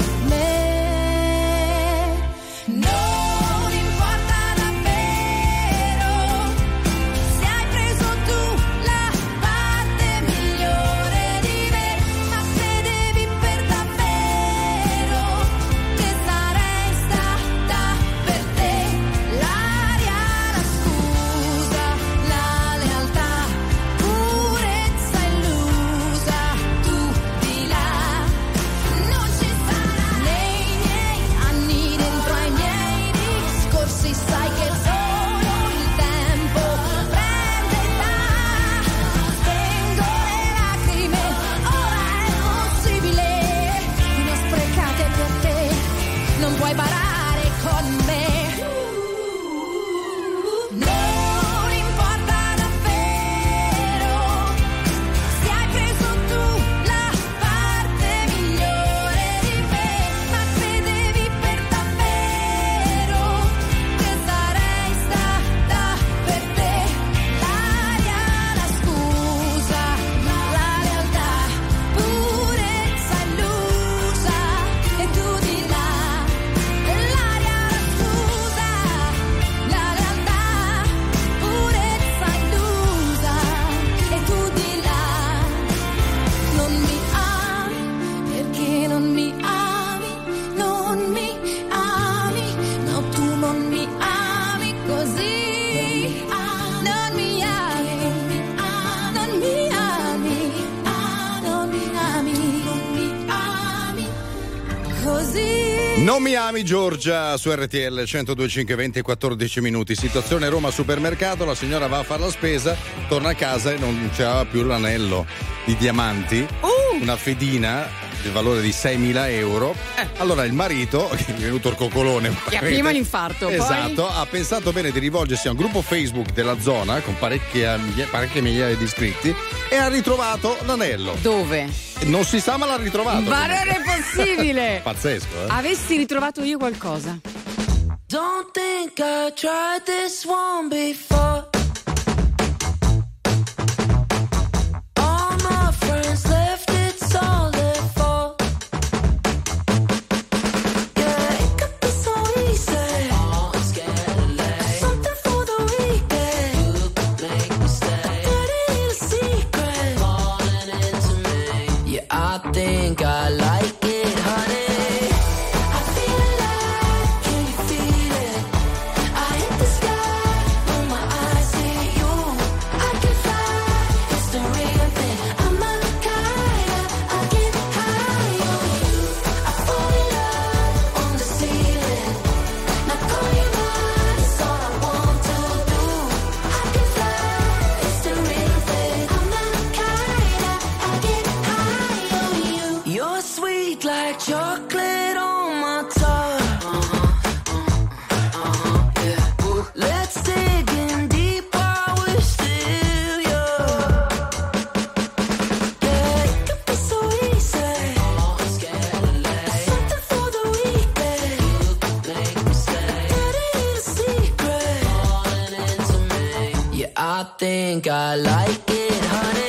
me. Non importa davvero se hai preso tu la parte migliore di me, ma credevi per davvero che sarei stata per te l'aria, la scusa, la lealtà, purezza illusa, tu di là non ci sarà nei miei anni dentro ai miei discorsi, sai che solo il tempo prende età. Spengo le lacrime, ora è possibile, ne ho sprecate per te, non puoi barare con me. Non importa davvero se hai preso tu la parte migliore di me, ma credevi per davvero che sarei stata per te l'aria, la scusa, la lealtà, purezza illusa, e tu di là. L'aria, la scusa, la lealtà, purezza illusa, e tu di là. Non mi ami perché non mi ami, non mi ami, no, tu non mi ami così. Non mi ami, non mi ami, non mi ami, non mi ami così. Non mi ami Giorgia su R T L centodue e cinque, venti e quattordici minuti. Situazione Roma supermercato, la signora va a fare la spesa, torna a casa e non c'era più l'anello di diamanti, una fedina del valore di seimila euro. Allora il marito, che è venuto il coccolone, Che ha prima l'infarto, poi- esatto, ha pensato bene di rivolgersi a un gruppo Facebook della zona con parecchie, parecchie migliaia di iscritti e ha ritrovato l'anello. Dove? Non si sa, ma l'ha ritrovato. Ma non è possibile! Pazzesco, eh? Avessi ritrovato io qualcosa. Don't think I tried this one before. All my friends left, it's all their fault. Yeah, it could be so easy. Something for the weekend. You could make me stay. Dirty little secret. Falling into me. Yeah, I think I like it, honey. I feel chocolate on my tongue. Uh-huh, yeah. Let's dig in deep while we're still young. Yeah, it could be so easy. Something for the weekend. Make me stay. Dirty little secret. Falling into me. Yeah, I think I like it, honey.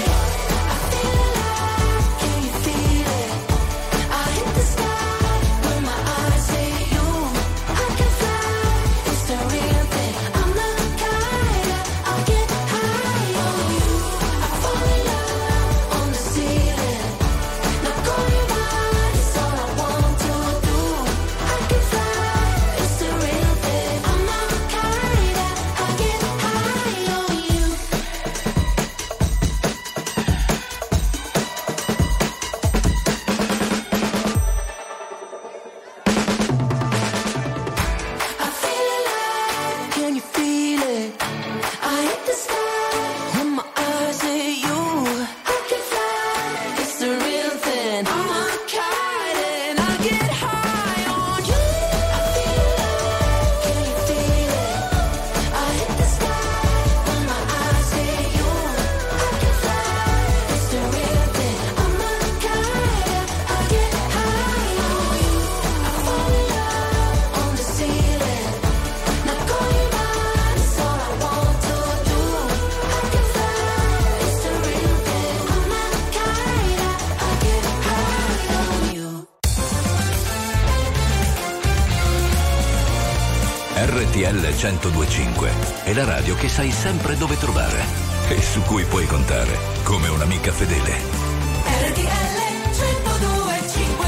R T L centodue e cinque è la radio che sai sempre dove trovare e su cui puoi contare come un'amica fedele. R T L centodue e cinque.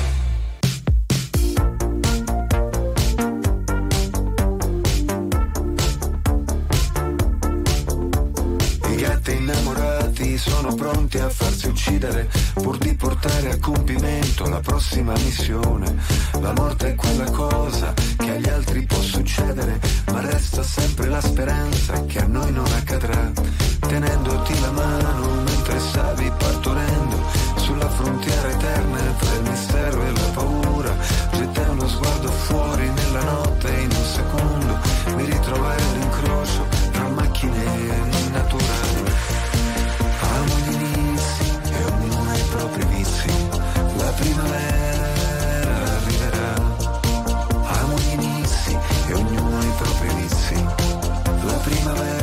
I gatti innamorati sono pronti a farsi uccidere pur di portare a compimento la prossima missione. La morte è quella cosa che agli altri può succedere, ma resta sempre la speranza che a noi non accadrà. Tenendoti la mano mentre stavi partorendo sulla frontiera eterna tra il mistero e la paura, gettai uno sguardo fuori nella notte e in un secondo mi ritrovai all'incrocio tra macchine e naturali. Amo gli inizi e ognuno ha i propri vizi, la primavera arriverà. Amo gli inizi e ognuno ha i propri vizi, la primavera.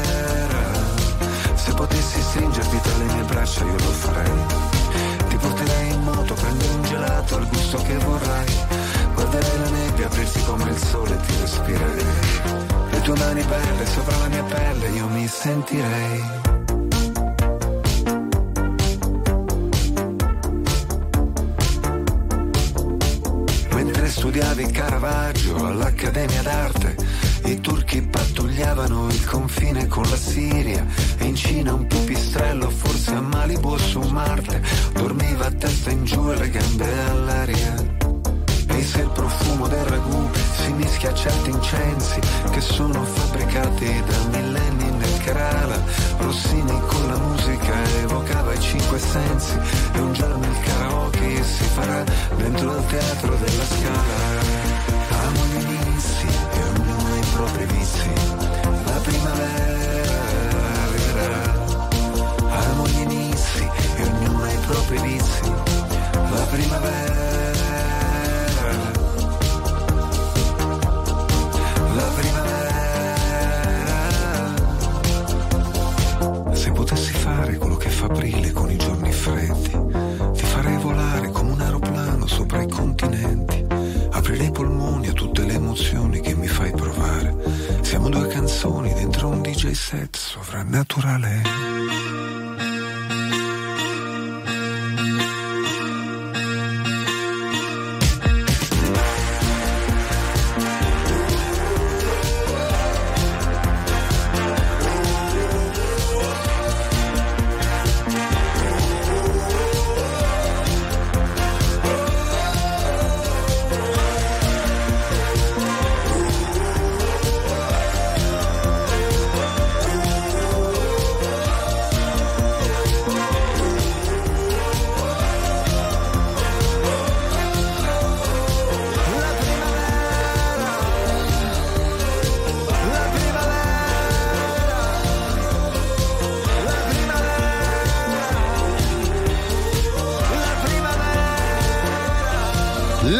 Se potessi stringerti tra le mie braccia io lo farei. Ti porterei in moto, prendere un gelato al gusto che vorrai. Guarderei la nebbia aprirsi come il sole e ti respirerei. Le tue mani belle sopra la mia pelle io mi sentirei. Mentre studiavi Caravaggio all'Accademia d'Arte, i turchi pattugliavano il confine con la Siria e in Cina un pipistrello, forse a Malibu o su Marte, dormiva a testa in giù e le gambe all'aria. E se il profumo del ragù si mischia a certi incensi che sono fabbricati da millenni nel Kerala, Rossini con la musica evocava i cinque sensi e un giorno il karaoke si farà dentro al teatro della Scala. Amo gli inizi e ognuno ha i propri vizi, la primavera arriverà. Amo gli inizi e ognuno ha i propri vizi, la primavera. La primavera. Se potessi fare quello che fa aprile con i giorni freddi, ti farei volare come un aeroplano sopra i continenti. Aprirei i polmoni a tutte le emozioni che mi fai provare. Siamo due canzoni dentro un D J set sovrannaturale.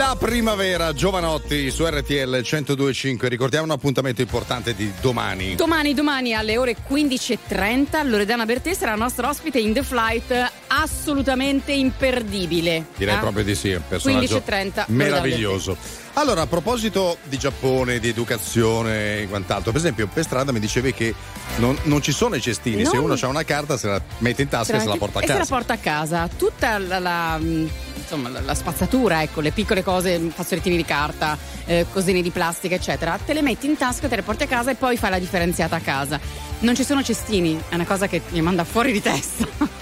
La primavera, Giovanotti su R T L centodue e cinque. Ricordiamo un appuntamento importante di domani. Domani, domani alle ore quindici e trenta Loredana Bertè sarà nostra ospite in The Flight, assolutamente imperdibile. Direi eh? proprio di sì, un personaggio quindici e trenta meraviglioso. Allora, a proposito di Giappone, di educazione e quant'altro, per esempio per strada mi dicevi che non, non ci sono i cestini, No. se uno ha una carta se la mette in tasca e se la porta a e casa. se la porta a casa. Tutta la, la, insomma, la, la spazzatura, ecco, le piccole cose, fazzolettini di carta, eh, cosini di plastica, eccetera, te le metti in tasca, te le porti a casa e poi fai la differenziata a casa. Non ci sono cestini, è una cosa che mi manda fuori di testa.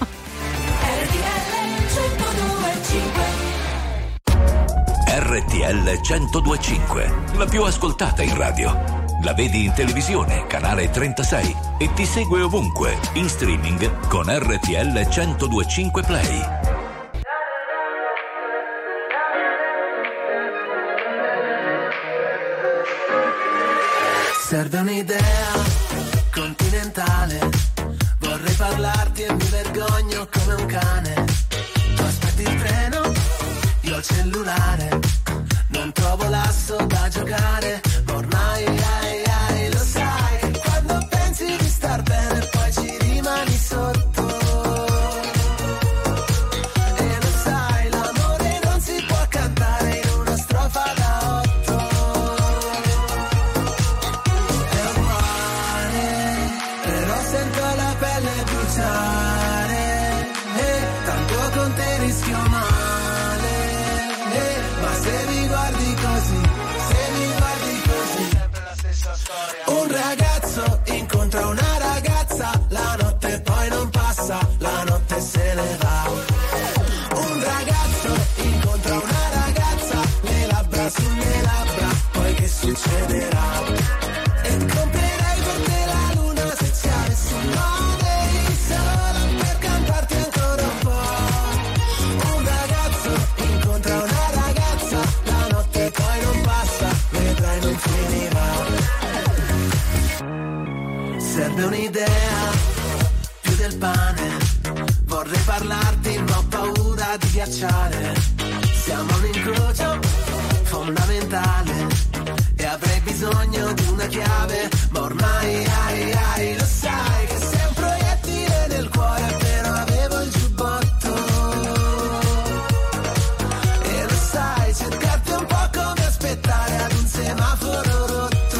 R T L centodue e cinque, la più ascoltata in radio. La vedi in televisione, canale trentasei, e ti segue ovunque, in streaming con R T L centodue e cinque Play. Serve un'idea continentale. Vorrei parlarti e mi vergogno come un cane. Tu aspetti il treno, io il cellulare. Non trovo l'asso da giocare, ma ormai ai, ai, lo sai che quando pensi di star bene poi ci rimani sotto. E lo sai, l'amore non si può cantare in una strofa da otto. È uguale, però sento la pelle bruciare, e tanto con te rischio male, e, ma se mi guardi così, se mi guardi così, sempre la stessa storia. Un ragazzo incontra una ragazza, la notte poi non passa, la notte se ne va. Un ragazzo incontra una ragazza, le labbra sulle labbra, poi che succederà? E comprerei per te la luna se ci avessi un Monday solo per cantarti ancora un po'. Un ragazzo incontra una ragazza, la notte poi non passa, vedrai non finirà. Serve un'idea più del pane, vorrei parlarti ma ho paura di ghiacciare. Siamo a un incrocio fondamentale e avrei bisogno di una chiave, ma ormai ai ai lo sai che sei un proiettile nel cuore, però avevo il giubbotto. E lo sai, cercarti è un po' come aspettare ad un semaforo rotto.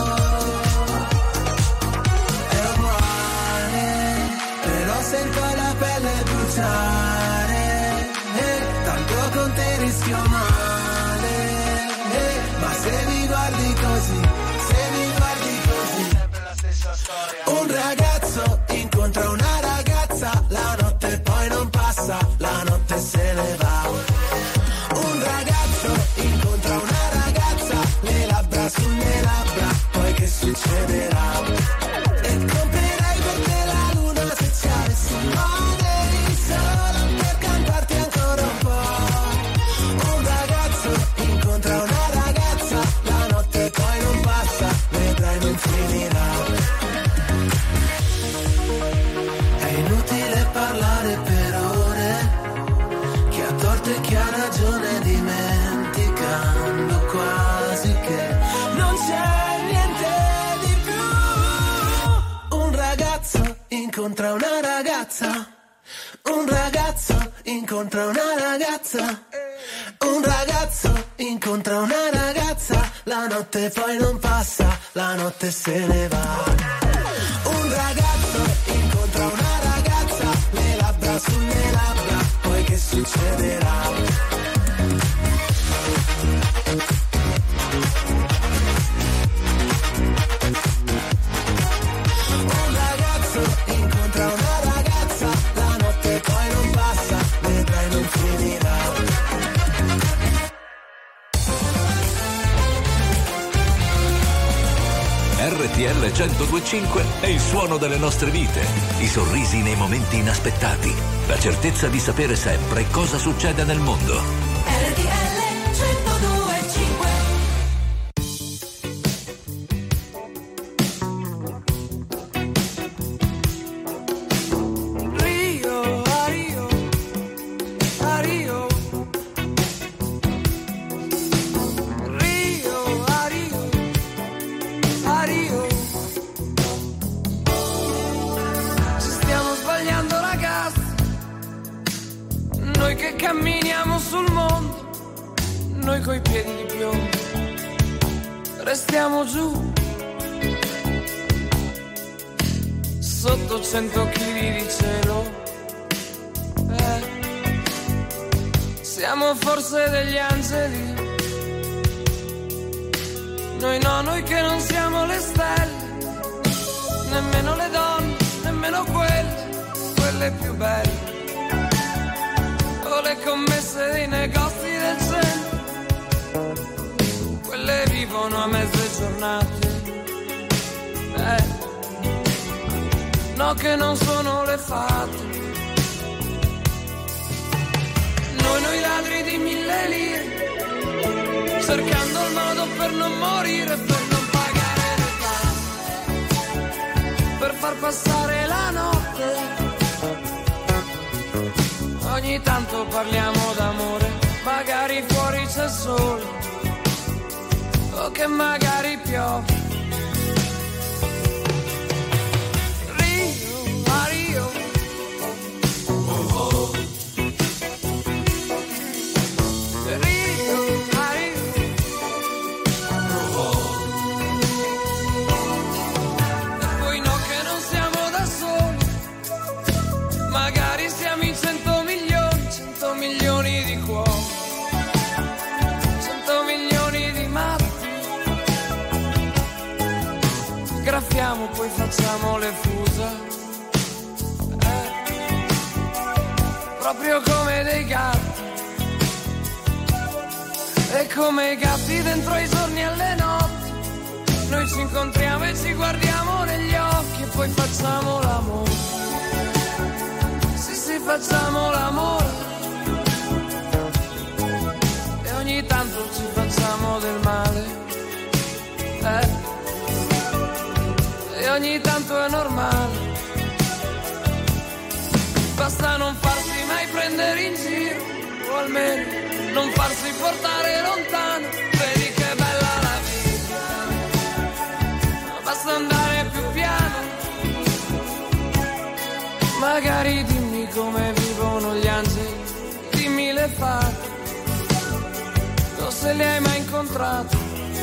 È uguale, però sento la pelle bruciare, e tanto con te rischio male, e, ma se mi guardi così, se mi guardi così, sempre la stessa storia. Un ragazzo incontra una ragazza, la notte poi non passa, la notte se ne va. Un ragazzo incontra una ragazza, le labbra sulle labbra, poi che succederà? E comprerei per te la luna se ci avessi un Monday solo per cantarti ancora un po'. Un ragazzo incontra una ragazza, la notte poi non passa, vedrai non finirà. È inutile parlare per ore, chi ha torto e chi ha ragione, dimenticando quasi che non c'è niente di più. Un ragazzo incontra una ragazza, un ragazzo incontra una ragazza, un ragazzo incontra una ragazza, la notte poi non passa, la notte se ne va. Un ragazzo incontra una ragazza, le labbra sulle labbra, poi che succederà? Un ragazzo incontra una ragazza, la notte poi non passa, vedrai non finirà. R T L centodue e cinque è il suono delle nostre vite, i sorrisi nei momenti inaspettati, la certezza di sapere sempre cosa succede nel mondo. R T L centodue e cinque. Rio, a Rio, a Rio. noi che camminiamo sul mondo, noi coi piedi di piombo, restiamo giù, sotto cento chili di cielo. Eh, siamo forse degli angeli, noi no, noi che non siamo le stelle, nemmeno le donne, nemmeno quelle, quelle più belle, o le commesse dei negozi del centro, quelle vivono a mezze giornate, eh, no che non sono le fate, noi, noi ladri di mille lire, cercando il modo per non morire, per non pagare le tasse, per far passare la notte. Ogni tanto parliamo d'amore, magari fuori c'è il sole, o che magari piove. Rio, a Rio, oh oh. Rio, a Rio, oh oh. E poi no che non siamo da soli, magari siamo in cento milioni, cento milioni di cuori, cento milioni di matti. Graffiamo, poi facciamo le fusa, eh, proprio come dei gatti, e come i gatti dentro i giorni e le notti, noi ci incontriamo e ci guardiamo negli occhi e poi facciamo l'amore, sì sì facciamo l'amore, e ogni tanto ci facciamo del male, eh, e ogni tanto è normale, basta non farsi mai prendere in giro, o almeno non farsi portare lontano, vedi che bella la vita, basta andare più piano, magari dimmi come vivono gli angeli, dimmi le fate, o se li hai mai incontrati.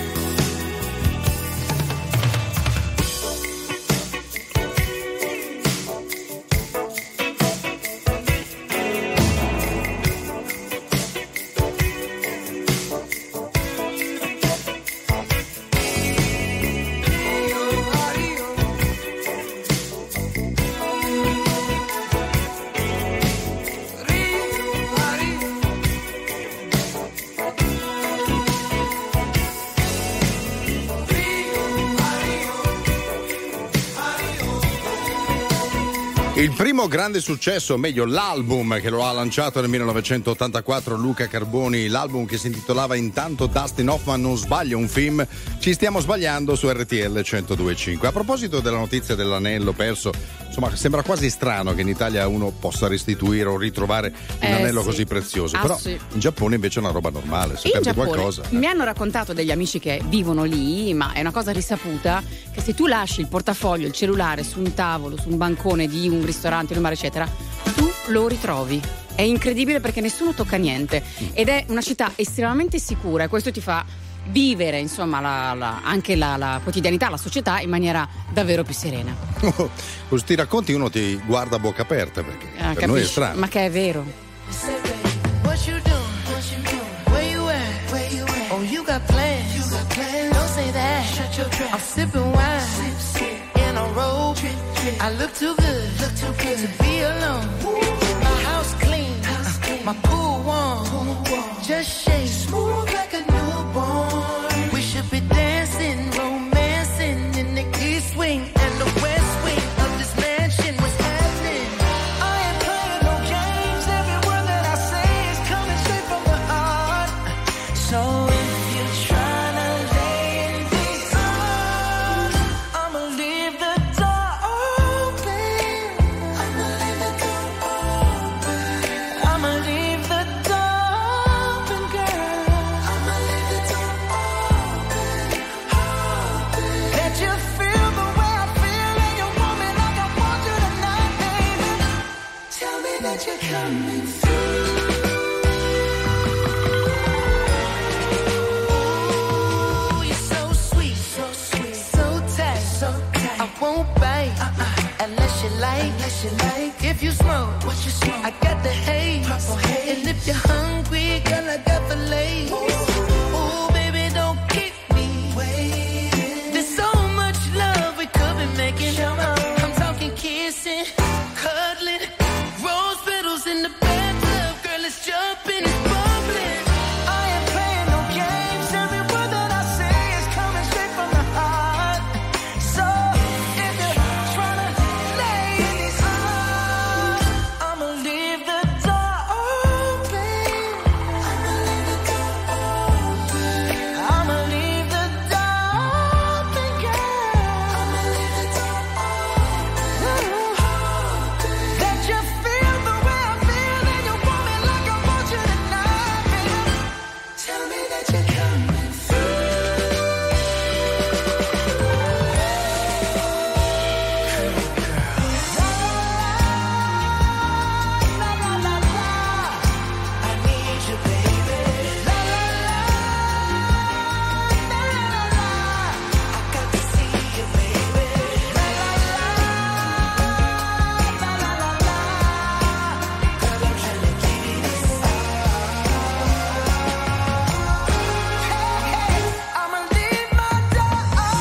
Il primo grande successo, o meglio l'album che lo ha lanciato nel millenovecentottantaquattro Luca Carboni, l'album che si intitolava Intanto Dustin Hoffman non sbaglia un film, ci stiamo sbagliando su R T L centodue e cinque. A proposito della notizia dell'anello perso, insomma sembra quasi strano che in Italia uno possa restituire o ritrovare un Eh, anello sì. così prezioso, Ah, però sì. in Giappone invece è una roba normale, se In perdi Giappone qualcosa. mi hanno raccontato degli amici che vivono lì, ma è una cosa risaputa, che se tu lasci il portafoglio, il cellulare su un tavolo, su un bancone di un ristorante, in un bar eccetera, tu lo ritrovi. È incredibile perché nessuno tocca niente ed è una città estremamente sicura e questo ti fa vivere insomma la, la, anche la, la quotidianità, la società in maniera davvero più serena. Con questi racconti uno ti guarda a bocca aperta perché Ah, per noi è capisci? strano. Ma che è vero. What you doing? What you doing? Where you at? Where you at? Oh, you got plans. You got plans. Don't say that. Shut your trap. I'm sipping wine. Sip, sip. In a robe. Trip, trip. I look too good. Look too good to be alone. Ooh. My house clean. House clean. My pool warm. Pool warm. Just shake. Smooth like a newborn. We should be dancing, romancing in the east wing and the west wing of this mansion. What's happening? I ain't playing no games. Every word that I say is coming straight from the heart. So if you're trying to lay in these arms, I'ma leave the door open. I'ma leave the door open. I'ma leave the door open, girl. I'ma leave the door open, open. Let you feel the way I feel and you want me like I want you tonight, baby. Tell me that you're coming through. you like, unless you like. If you smoke, what you smoke? I got the haze. Purple haze. And if you're hungry, girl, I got the lace. Ooh, baby, don't keep me waiting. There's so much love we could be making. I'm talking kissing, cuddling, rose petals in the bathtub. Girl, let's jump in, it's bubbling. I ain't playing no games. Every word that I say is coming straight from the heart. So if you're trying to lay in these arms, I'ma leave the door open. I'ma leave the door open. I'ma leave the door open, girl. I'ma leave the door open. That you feel the way I feel and you want me like I want you tonight, baby. Tell me that you're coming through. I need you, baby. La la la, la la la. I got to see you, baby. La la la, la la la la. Girl, I'm trying to give you this I'ma leave my door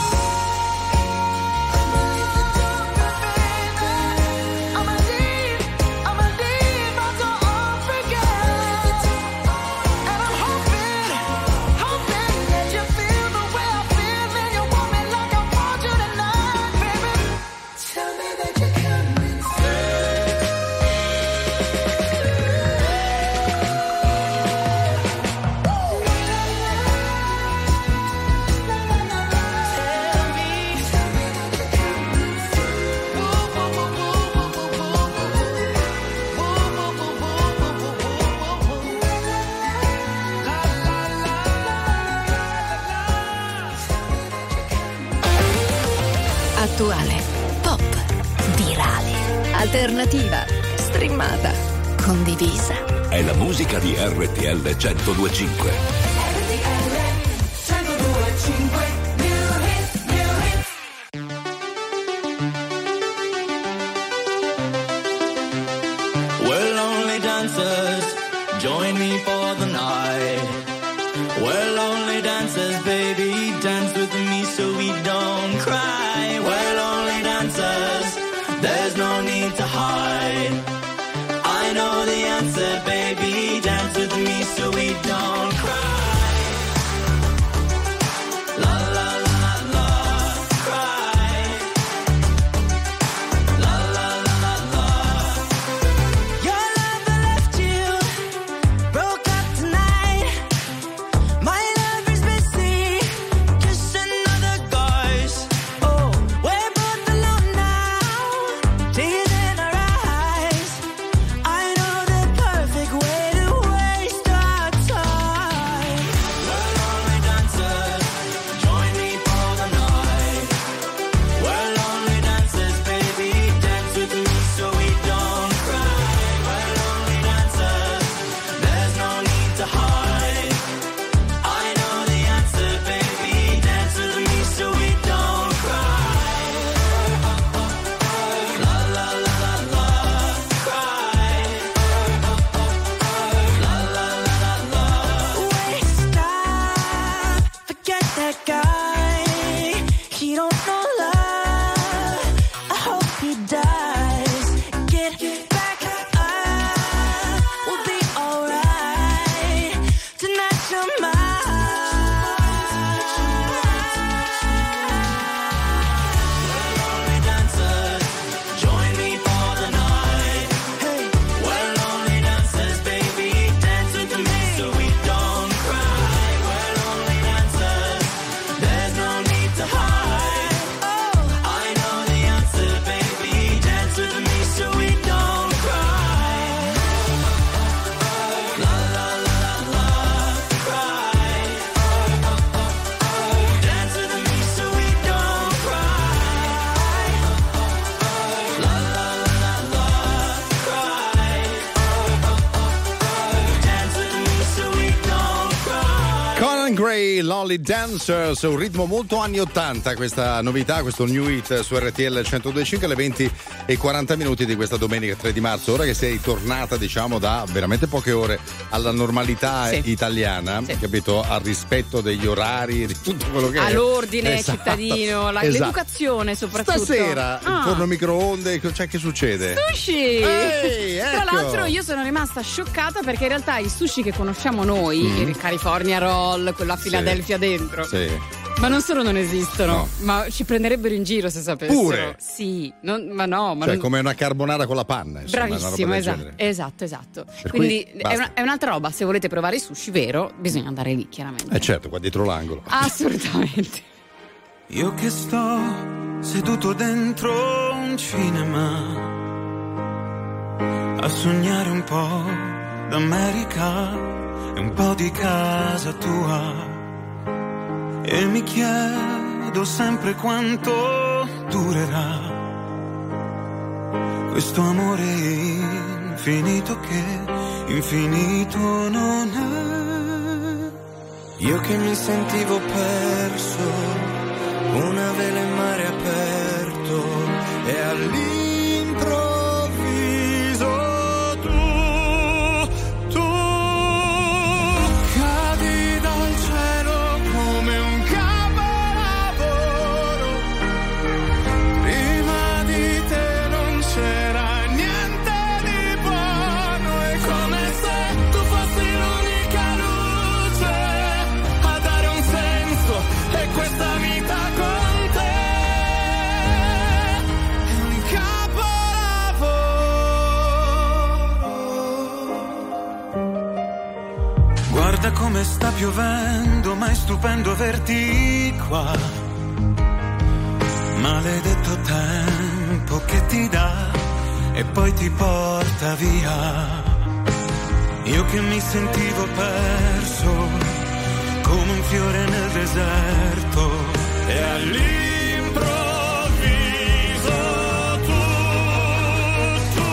I'ma leave, I'ma leave my door open, girl. And I'm hoping, hoping that you feel the way I feel and you want me like I want you tonight, baby. Tell me that you're coming Attuale, pop, virale, alternativa, streamata, condivisa. È la musica di R T L centodue e cinque. We're lonely dancers, join me for the night. We're lonely dancers, baby, dance with me so we don't cry. We're lonely dancers, there's no need to hide. I know the answer, baby, dance with me so we don't cry. La la la la, cry. La la la la la. Your lover left you, broke up tonight. My lover's busy, kissing other guys. Oh, we're both alone now, tears in our eyes. Brian Gray, Lonely Dancers, un ritmo molto anni ottanta, questa novità, questo new hit su R T L centodue e cinque alle venti e quaranta minuti di questa domenica tre di marzo. Ora che sei tornata, diciamo, da veramente poche ore alla normalità Sì. italiana, Sì. capito? Al rispetto degli orari, di tutto quello che è. All'ordine Esatto. cittadino, la- Esatto. l'educazione soprattutto. Stasera il Ah. forno microonde, cioè che succede? Sushi! Ehi, Tra ecco. l'altro io sono rimasta scioccata perché in realtà i sushi che conosciamo noi, Mm. il California Roll, quello a Philadelphia dentro, Sì. ma non solo non esistono, No. ma ci prenderebbero in giro se sapessero. Pure? Sì, non- ma no, ma Cioè, non- come una carbonara con la panna, insomma, una roba Bravissimo, del esatto, genere. esatto, esatto. Per Quindi cui è, basta. una- è un'altra roba, se volete provare i sushi vero, bisogna andare lì, chiaramente. Eh certo, qua dietro l'angolo. Assolutamente. Io che sto seduto dentro un cinema a sognare un po' d'America e un po' di casa tua e mi chiedo sempre quanto durerà questo amore infinito che infinito non è. Io che mi sentivo perso, una vela in mare aperto e all'improvviso tu, tu Cadi dal cielo come un capolavoro. Prima di te non c'era niente di buono. È come se tu fossi l'unica luce a dare un senso e questa vita con te è un capolavoro. Guarda come sta piovendo, ma è stupendo averti qua. Maledetto tempo che ti dà e poi ti porta via. Io che mi sentivo perso come un fiore nel deserto e all'improvviso tu, tu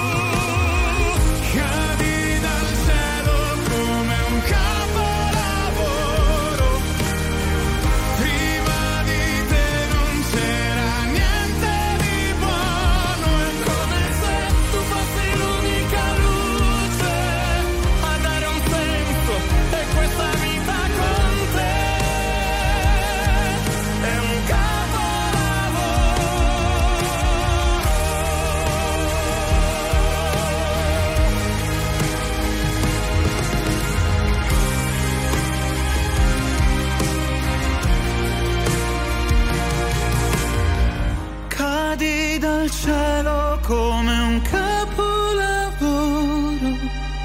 cadi dal cielo come un capolavoro. Prima di te non c'era niente di buono. È come se tu fossi l'unica luce a dare un senso e questa vita con te è un capolavoro. Cadi dal cielo come un capolavoro.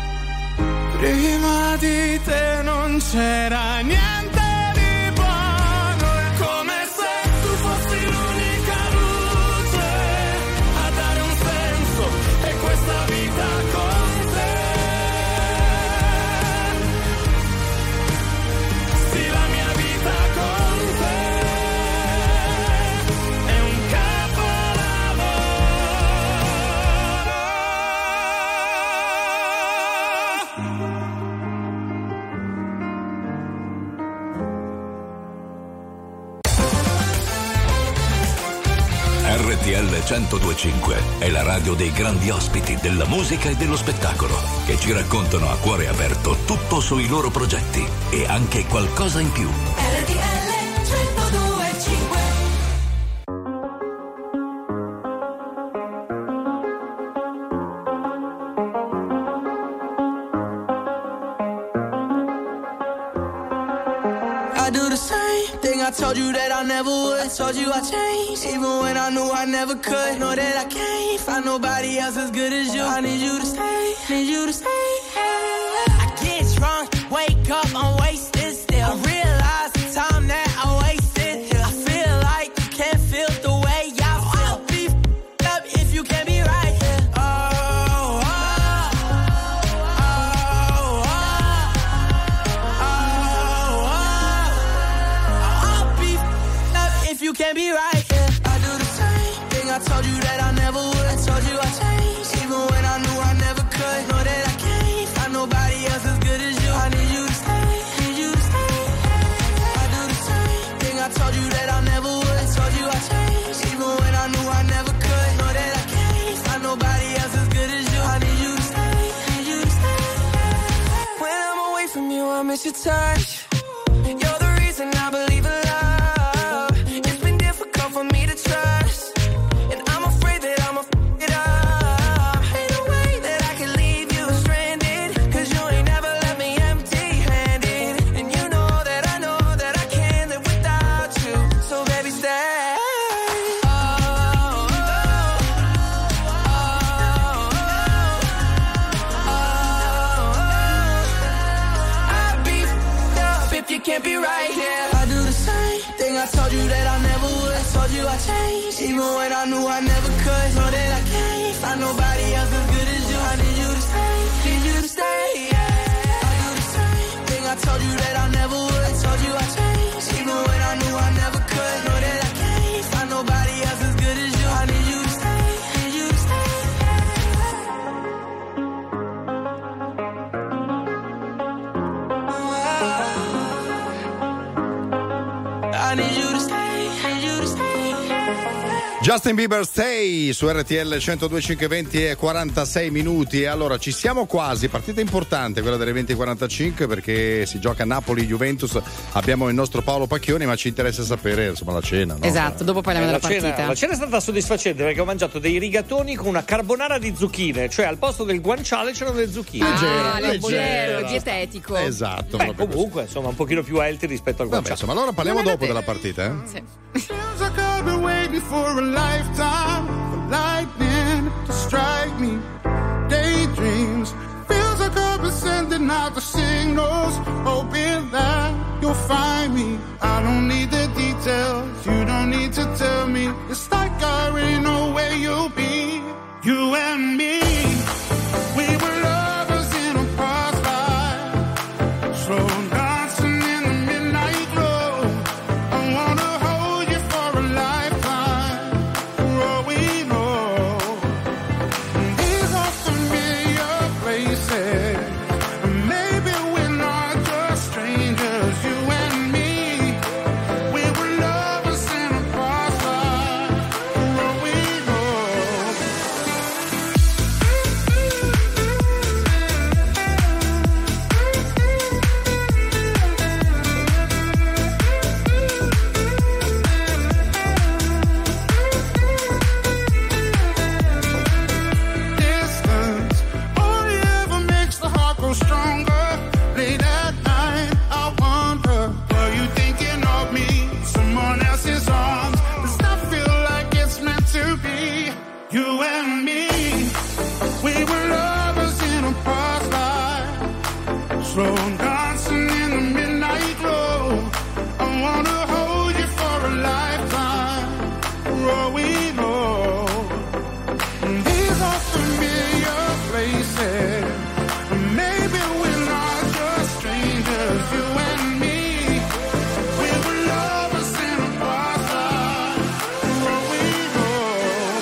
Prima di te non c'era niente di buono. È come se tu fossi l'unica luce a dare un senso e questa vita con te. Sì, la mia vita con te è un R T L centodue e cinque è la radio dei grandi ospiti della musica e dello spettacolo che ci raccontano a cuore aperto tutto sui loro progetti e anche qualcosa in più. R T L centodue e cinque. I do the same thing I told you that I never would. I told you I changed, even when I knew I never could. Know that I can't find nobody else as good as you. I need you to stay, need you to stay. I get drunk, wake up, I'm wasted still. I realize the time that I wasted here. I feel like you can't feel the way I feel. I'll be f***ed up if you can't be right here. Oh, oh, oh, oh, oh, oh. I'll be f***ed up if you can't be right here. I do the same thing I told you that I never would. I told you I changed, even when I knew I never could. Know that I can't find nobody else as good as you. I need you to stay, need you your touch. You're the reason I believe in love. It's been difficult for me to trust, and I'm afraid that I'm a f*** it up. Ain't no way that I can leave you stranded, cause you ain't never left me empty-handed. And you know that I know that I can't live without you. So baby, stay. Oh, oh, oh, oh, oh. I'd be f***ed up if you can't be right here. I do the same thing I told you that I never would. I told you I changed, even when I knew I never could. Know that I can't find nobody else as good as you. I need you to stay, need you to stay, yeah. I do the same thing I told you that I never would. I told you I changed, even when I knew I never could. Know that I can't find nobody else as good as you. I need you to stay, need you to stay. I need you to stay, need you to stay. Justin Bieber Stay su R T L centodue e cinque, venti e quarantasei minuti. E allora ci siamo quasi, partita importante quella delle venti e quarantacinque, perché si gioca Napoli-Juventus. Abbiamo il nostro Paolo Pacchioni, ma ci interessa sapere insomma la cena, no? Esatto, dopo parliamo Eh, della la, cena, partita. la cena è stata soddisfacente perché ho mangiato dei rigatoni con una carbonara di zucchine, cioè al posto del guanciale c'erano le zucchine. Ah, Leggero, leggero, leggero. dietetico. Esatto. Beh, proprio comunque, insomma, un pochino più healthy rispetto al Vabbè, guanciale. insomma, allora parliamo dopo della partita, eh? Sì. Feels like I've been waiting for a lifetime, for lightning to strike me. Daydreams. Feels like I've been sending out the signals, hoping that you'll find me. I don't need the details, you don't need to tell me. It's like I already know where you'll be. You and me, we were lovers in a past life, slow dancing in the midnight glow. I wanna hold you for a lifetime, for all we know. These are familiar places, and maybe we're not just strangers. You and me, we were lovers in a past life, for all we know. Distance only ever makes the heart grow stronger. Late at night, I wonder, were you thinking of me? Someone else's arms. Does that feel like it's meant to be? You and me, we were lovers in a past life, slow dancing in the midnight glow. I wanna hold you for a lifetime, for all we know. These are familiar places, and maybe we're not just strangers. You and me, we were lovers in a past life, for all we know.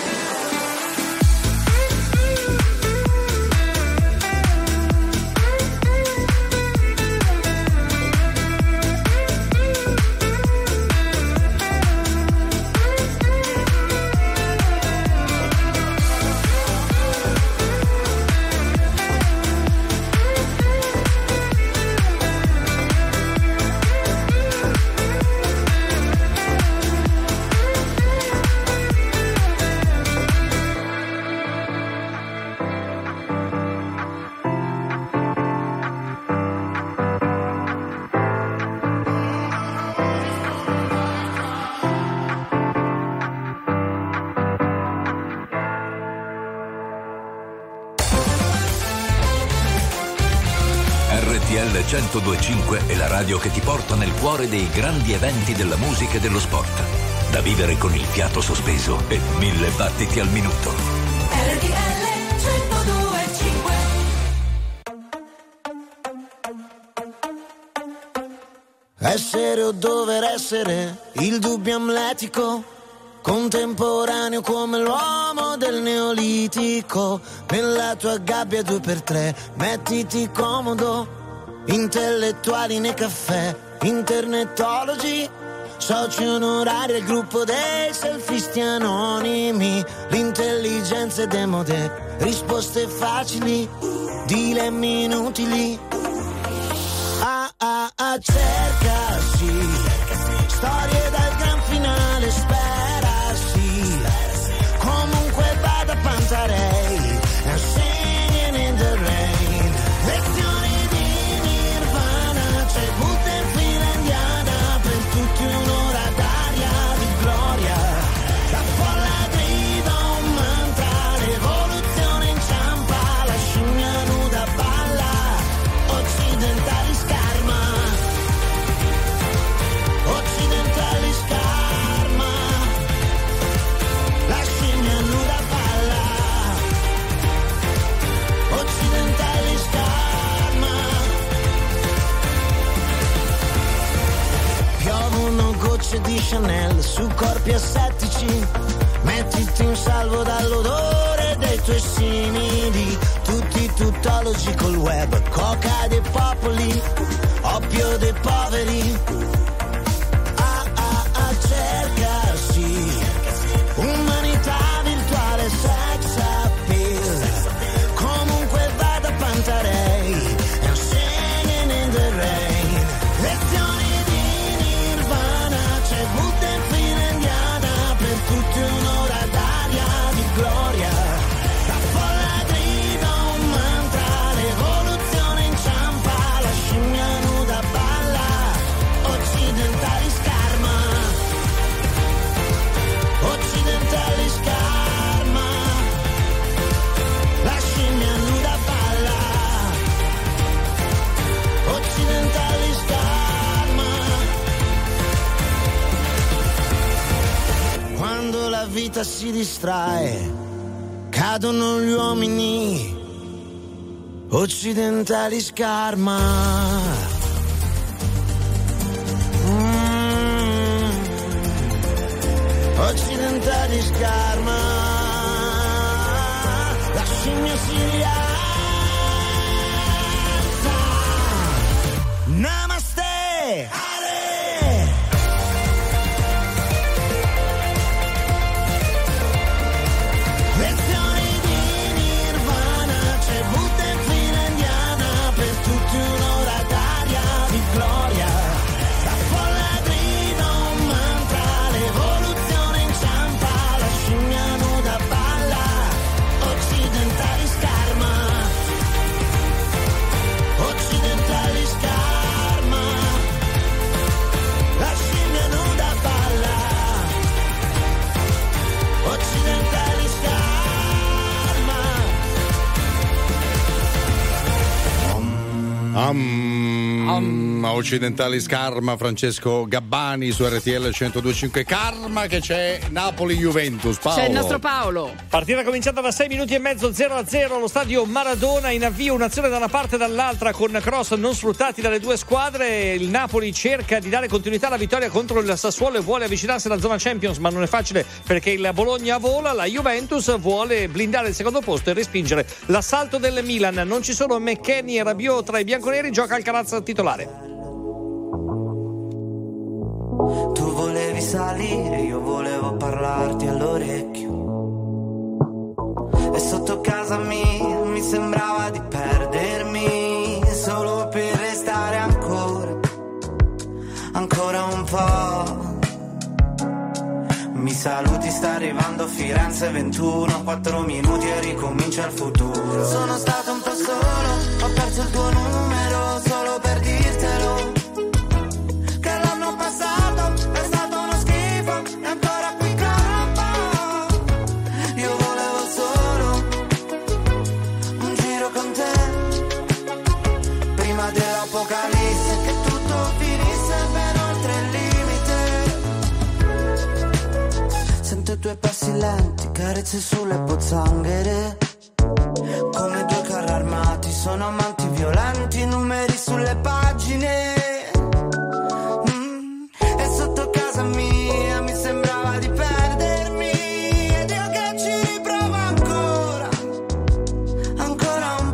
R T L centodue e cinque è la radio che ti porta nel cuore dei grandi eventi della musica e dello sport. Da vivere con il fiato sospeso e mille battiti al minuto. R T L centodue e cinque. Essere o dover essere, il dubbio amletico, contemporaneo come l'uomo del neolitico. Nella tua gabbia due per tre, mettiti comodo, intellettuali nei caffè, internetologi, soci onorari al gruppo dei selfisti anonimi. L'intelligenza è demode, risposte facili, dilemmi inutili. Ah ah ah, ah, cerca, sì, storie dal gran finale, spera, sì, comunque vada Pantarei, and singing in the rain, lezioni di Nirvana, c'è butta in fila indiana, per tutti un'ora d'aria di gloria, la folla grida un mantra, l'evoluzione inciampa, la scimmia nuda balla, occidentali scarma, occidentali scarma, la scimmia nuda balla, occidentali scarma. Piovono gocce di Chanel su corpi assettici, mettiti in salvo dall'odore dei tuoi simili, tutti tuttologi col web, coca dei popoli, oppio dei poveri. Ah ah ah, cerca, sì, umanità virtuale, sex appeal, comunque vada Pantarei, and singing in the rain, lezioni di Nirvana, c'è Buddha in fila indiana, per tutti un'ora d'aria di gloria, la folla grida un mantra, l'evoluzione inciampa, la scimmia nuda balla, occidentali scarma, occidentali scarma, la scimmia nuda balla, occidentali scarma. Quando la vita si distrae, cadono gli uomini, occidentali scarma. Mm. Occidentali scarma, la scimmia si rialza. Namaste, Ale. Lezioni di Nirvana, c'è Buddha in fila indiana, per tutti un'ora d'aria di gloria, la folla grida un mantra, l'evoluzione inciampa, la scimmia nuda balla, occidentali scarma, occidentali scarma, la scimmia nuda balla, occidentali scarma. Um, occidentali Scarma, Francesco Gabbani su R T L centodue e cinque. Karma che c'è Napoli-Juventus. Paolo. C'è il nostro Paolo. Partita cominciata da sei minuti e mezzo, zero a zero allo stadio Maradona, in avvio un'azione da una parte e dall'altra con cross non sfruttati dalle due squadre. Il Napoli cerca di dare continuità alla vittoria contro il Sassuolo e vuole avvicinarsi alla zona Champions, ma non è facile perché il Bologna vola. La Juventus vuole blindare il secondo posto e respingere l'assalto del Milan. Non ci sono McKennie e Rabiot tra i bianconeri, gioca Alcaraz titolare. Tu volevi salire, io volevo parlarti all'orecchio, e sotto casa mia mi sembrava di perdermi, solo per restare ancora, ancora un po'. Mi saluti, sta arrivando Firenze ventuno, quattro minuti e ricomincia il futuro. Sono stato un po' solo, ho perso il tuo numero solo per dirtelo, che l'anno passato è stato uno schifo e ancora qui campo. Io volevo solo un giro con te, prima dell'apocalisse, che tutto finisse ben oltre il limite. Sento i tuoi passi lenti, carezze sulle pozzanghere, come due carri armati, sono amanti violenti, numeri sulle pagine. Mm. E sotto casa mia mi sembrava di perdermi, ed io che ci riprovo ancora, ancora un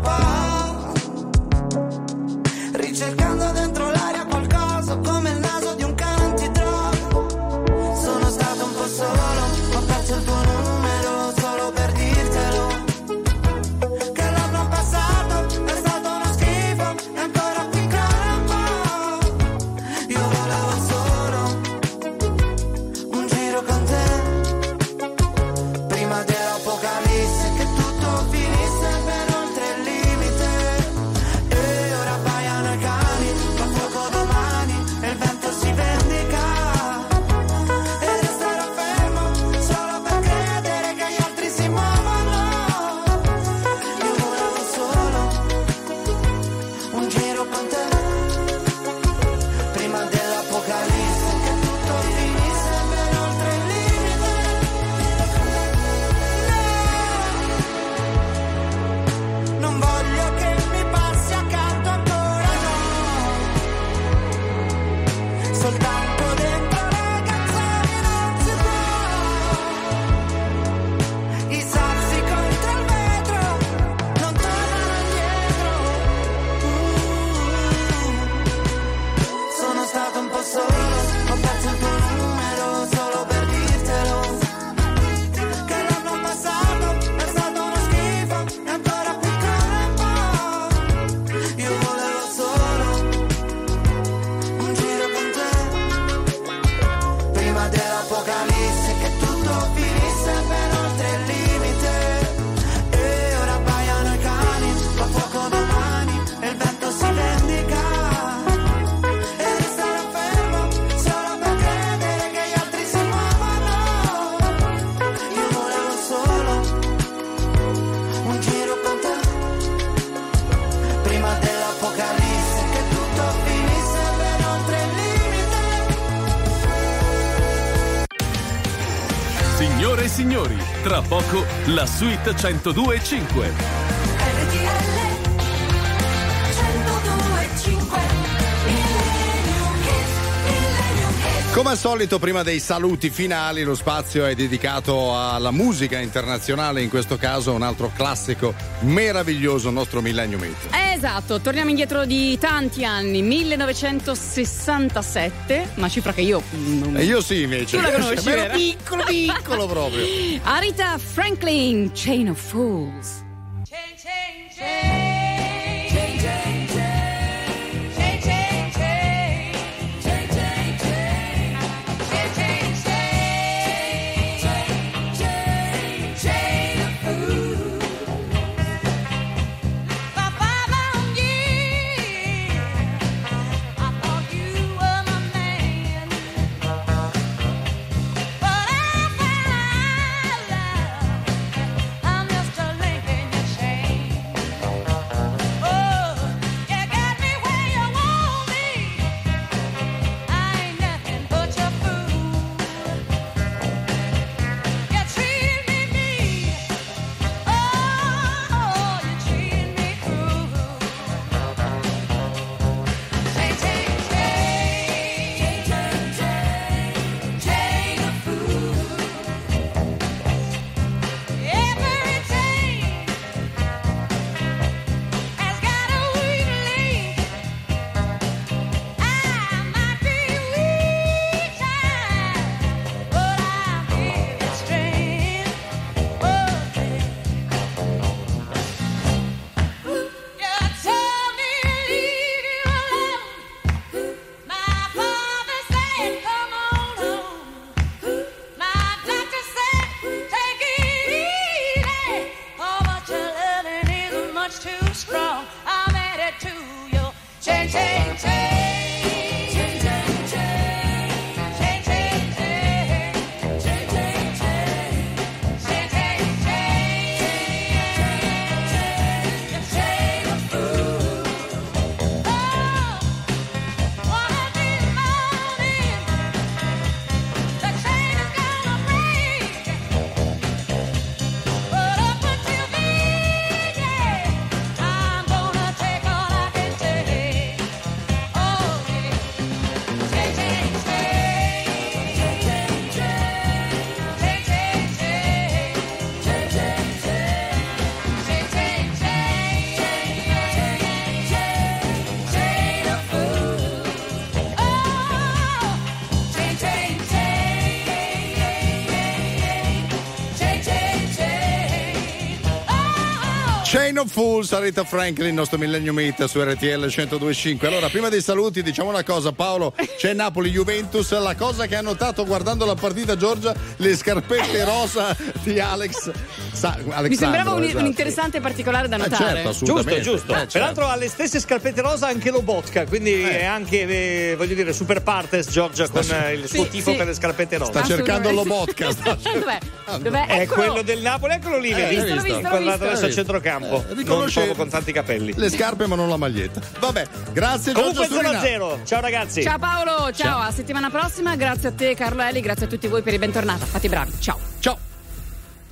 po', ricercando dentro l'aria qualcosa come il naso di un cane antidroga. Sono stato un po' solo, ho perso il tuo numero solo per dirtelo, signori, tra poco la suite centodue e cinque. R T L centodue e cinque. Come al solito, prima dei saluti finali, lo spazio è dedicato alla musica internazionale, in questo caso un altro classico meraviglioso, il nostro Millennium Hit. Esatto, torniamo indietro di tanti anni, millenovecentosessantasette, una cifra che io non... E io sì, invece. Tu la conosci, ero vero? piccolo, piccolo proprio. Aretha Franklin, Chain of Fools. Chain of Fools, Aretha Franklin, il nostro Millennium Hit su R T L centodue e cinque. Allora, prima dei saluti, diciamo una cosa, Paolo, c'è Napoli-Juventus, la cosa che ha notato guardando la partita, Giorgia, le scarpette rosa di Alex Sa- Mi sembrava un, esatto. un interessante particolare da notare. Eh, certo, Giusto, giusto. Eh, certo. Peraltro ha le stesse scarpette rosa anche Lobotka, quindi Eh. è anche, eh, voglio dire, super partes Giorgia con Sta- eh, il suo Sì, tifo sì. per le scarpette rosa. Sta cercando Lobotka. sta- Dov'è? Dov'è? È Eccolo! quello del Napoli, eccolo lì, Eh, vedi? l'ho visto, l'ho visto, l'ho Inquadrato visto. adesso a centrocampo, Eh, non riconosce- proprio con tanti capelli. Le scarpe ma non la maglietta. Vabbè, grazie Comunque Giorgia zero a Surina. zero. Ciao ragazzi. Ciao Paolo, ciao, Ciao. a settimana prossima, grazie a te Carlo Eli, grazie a tutti voi per il bentornato, fate i bravi, ciao. Ciao.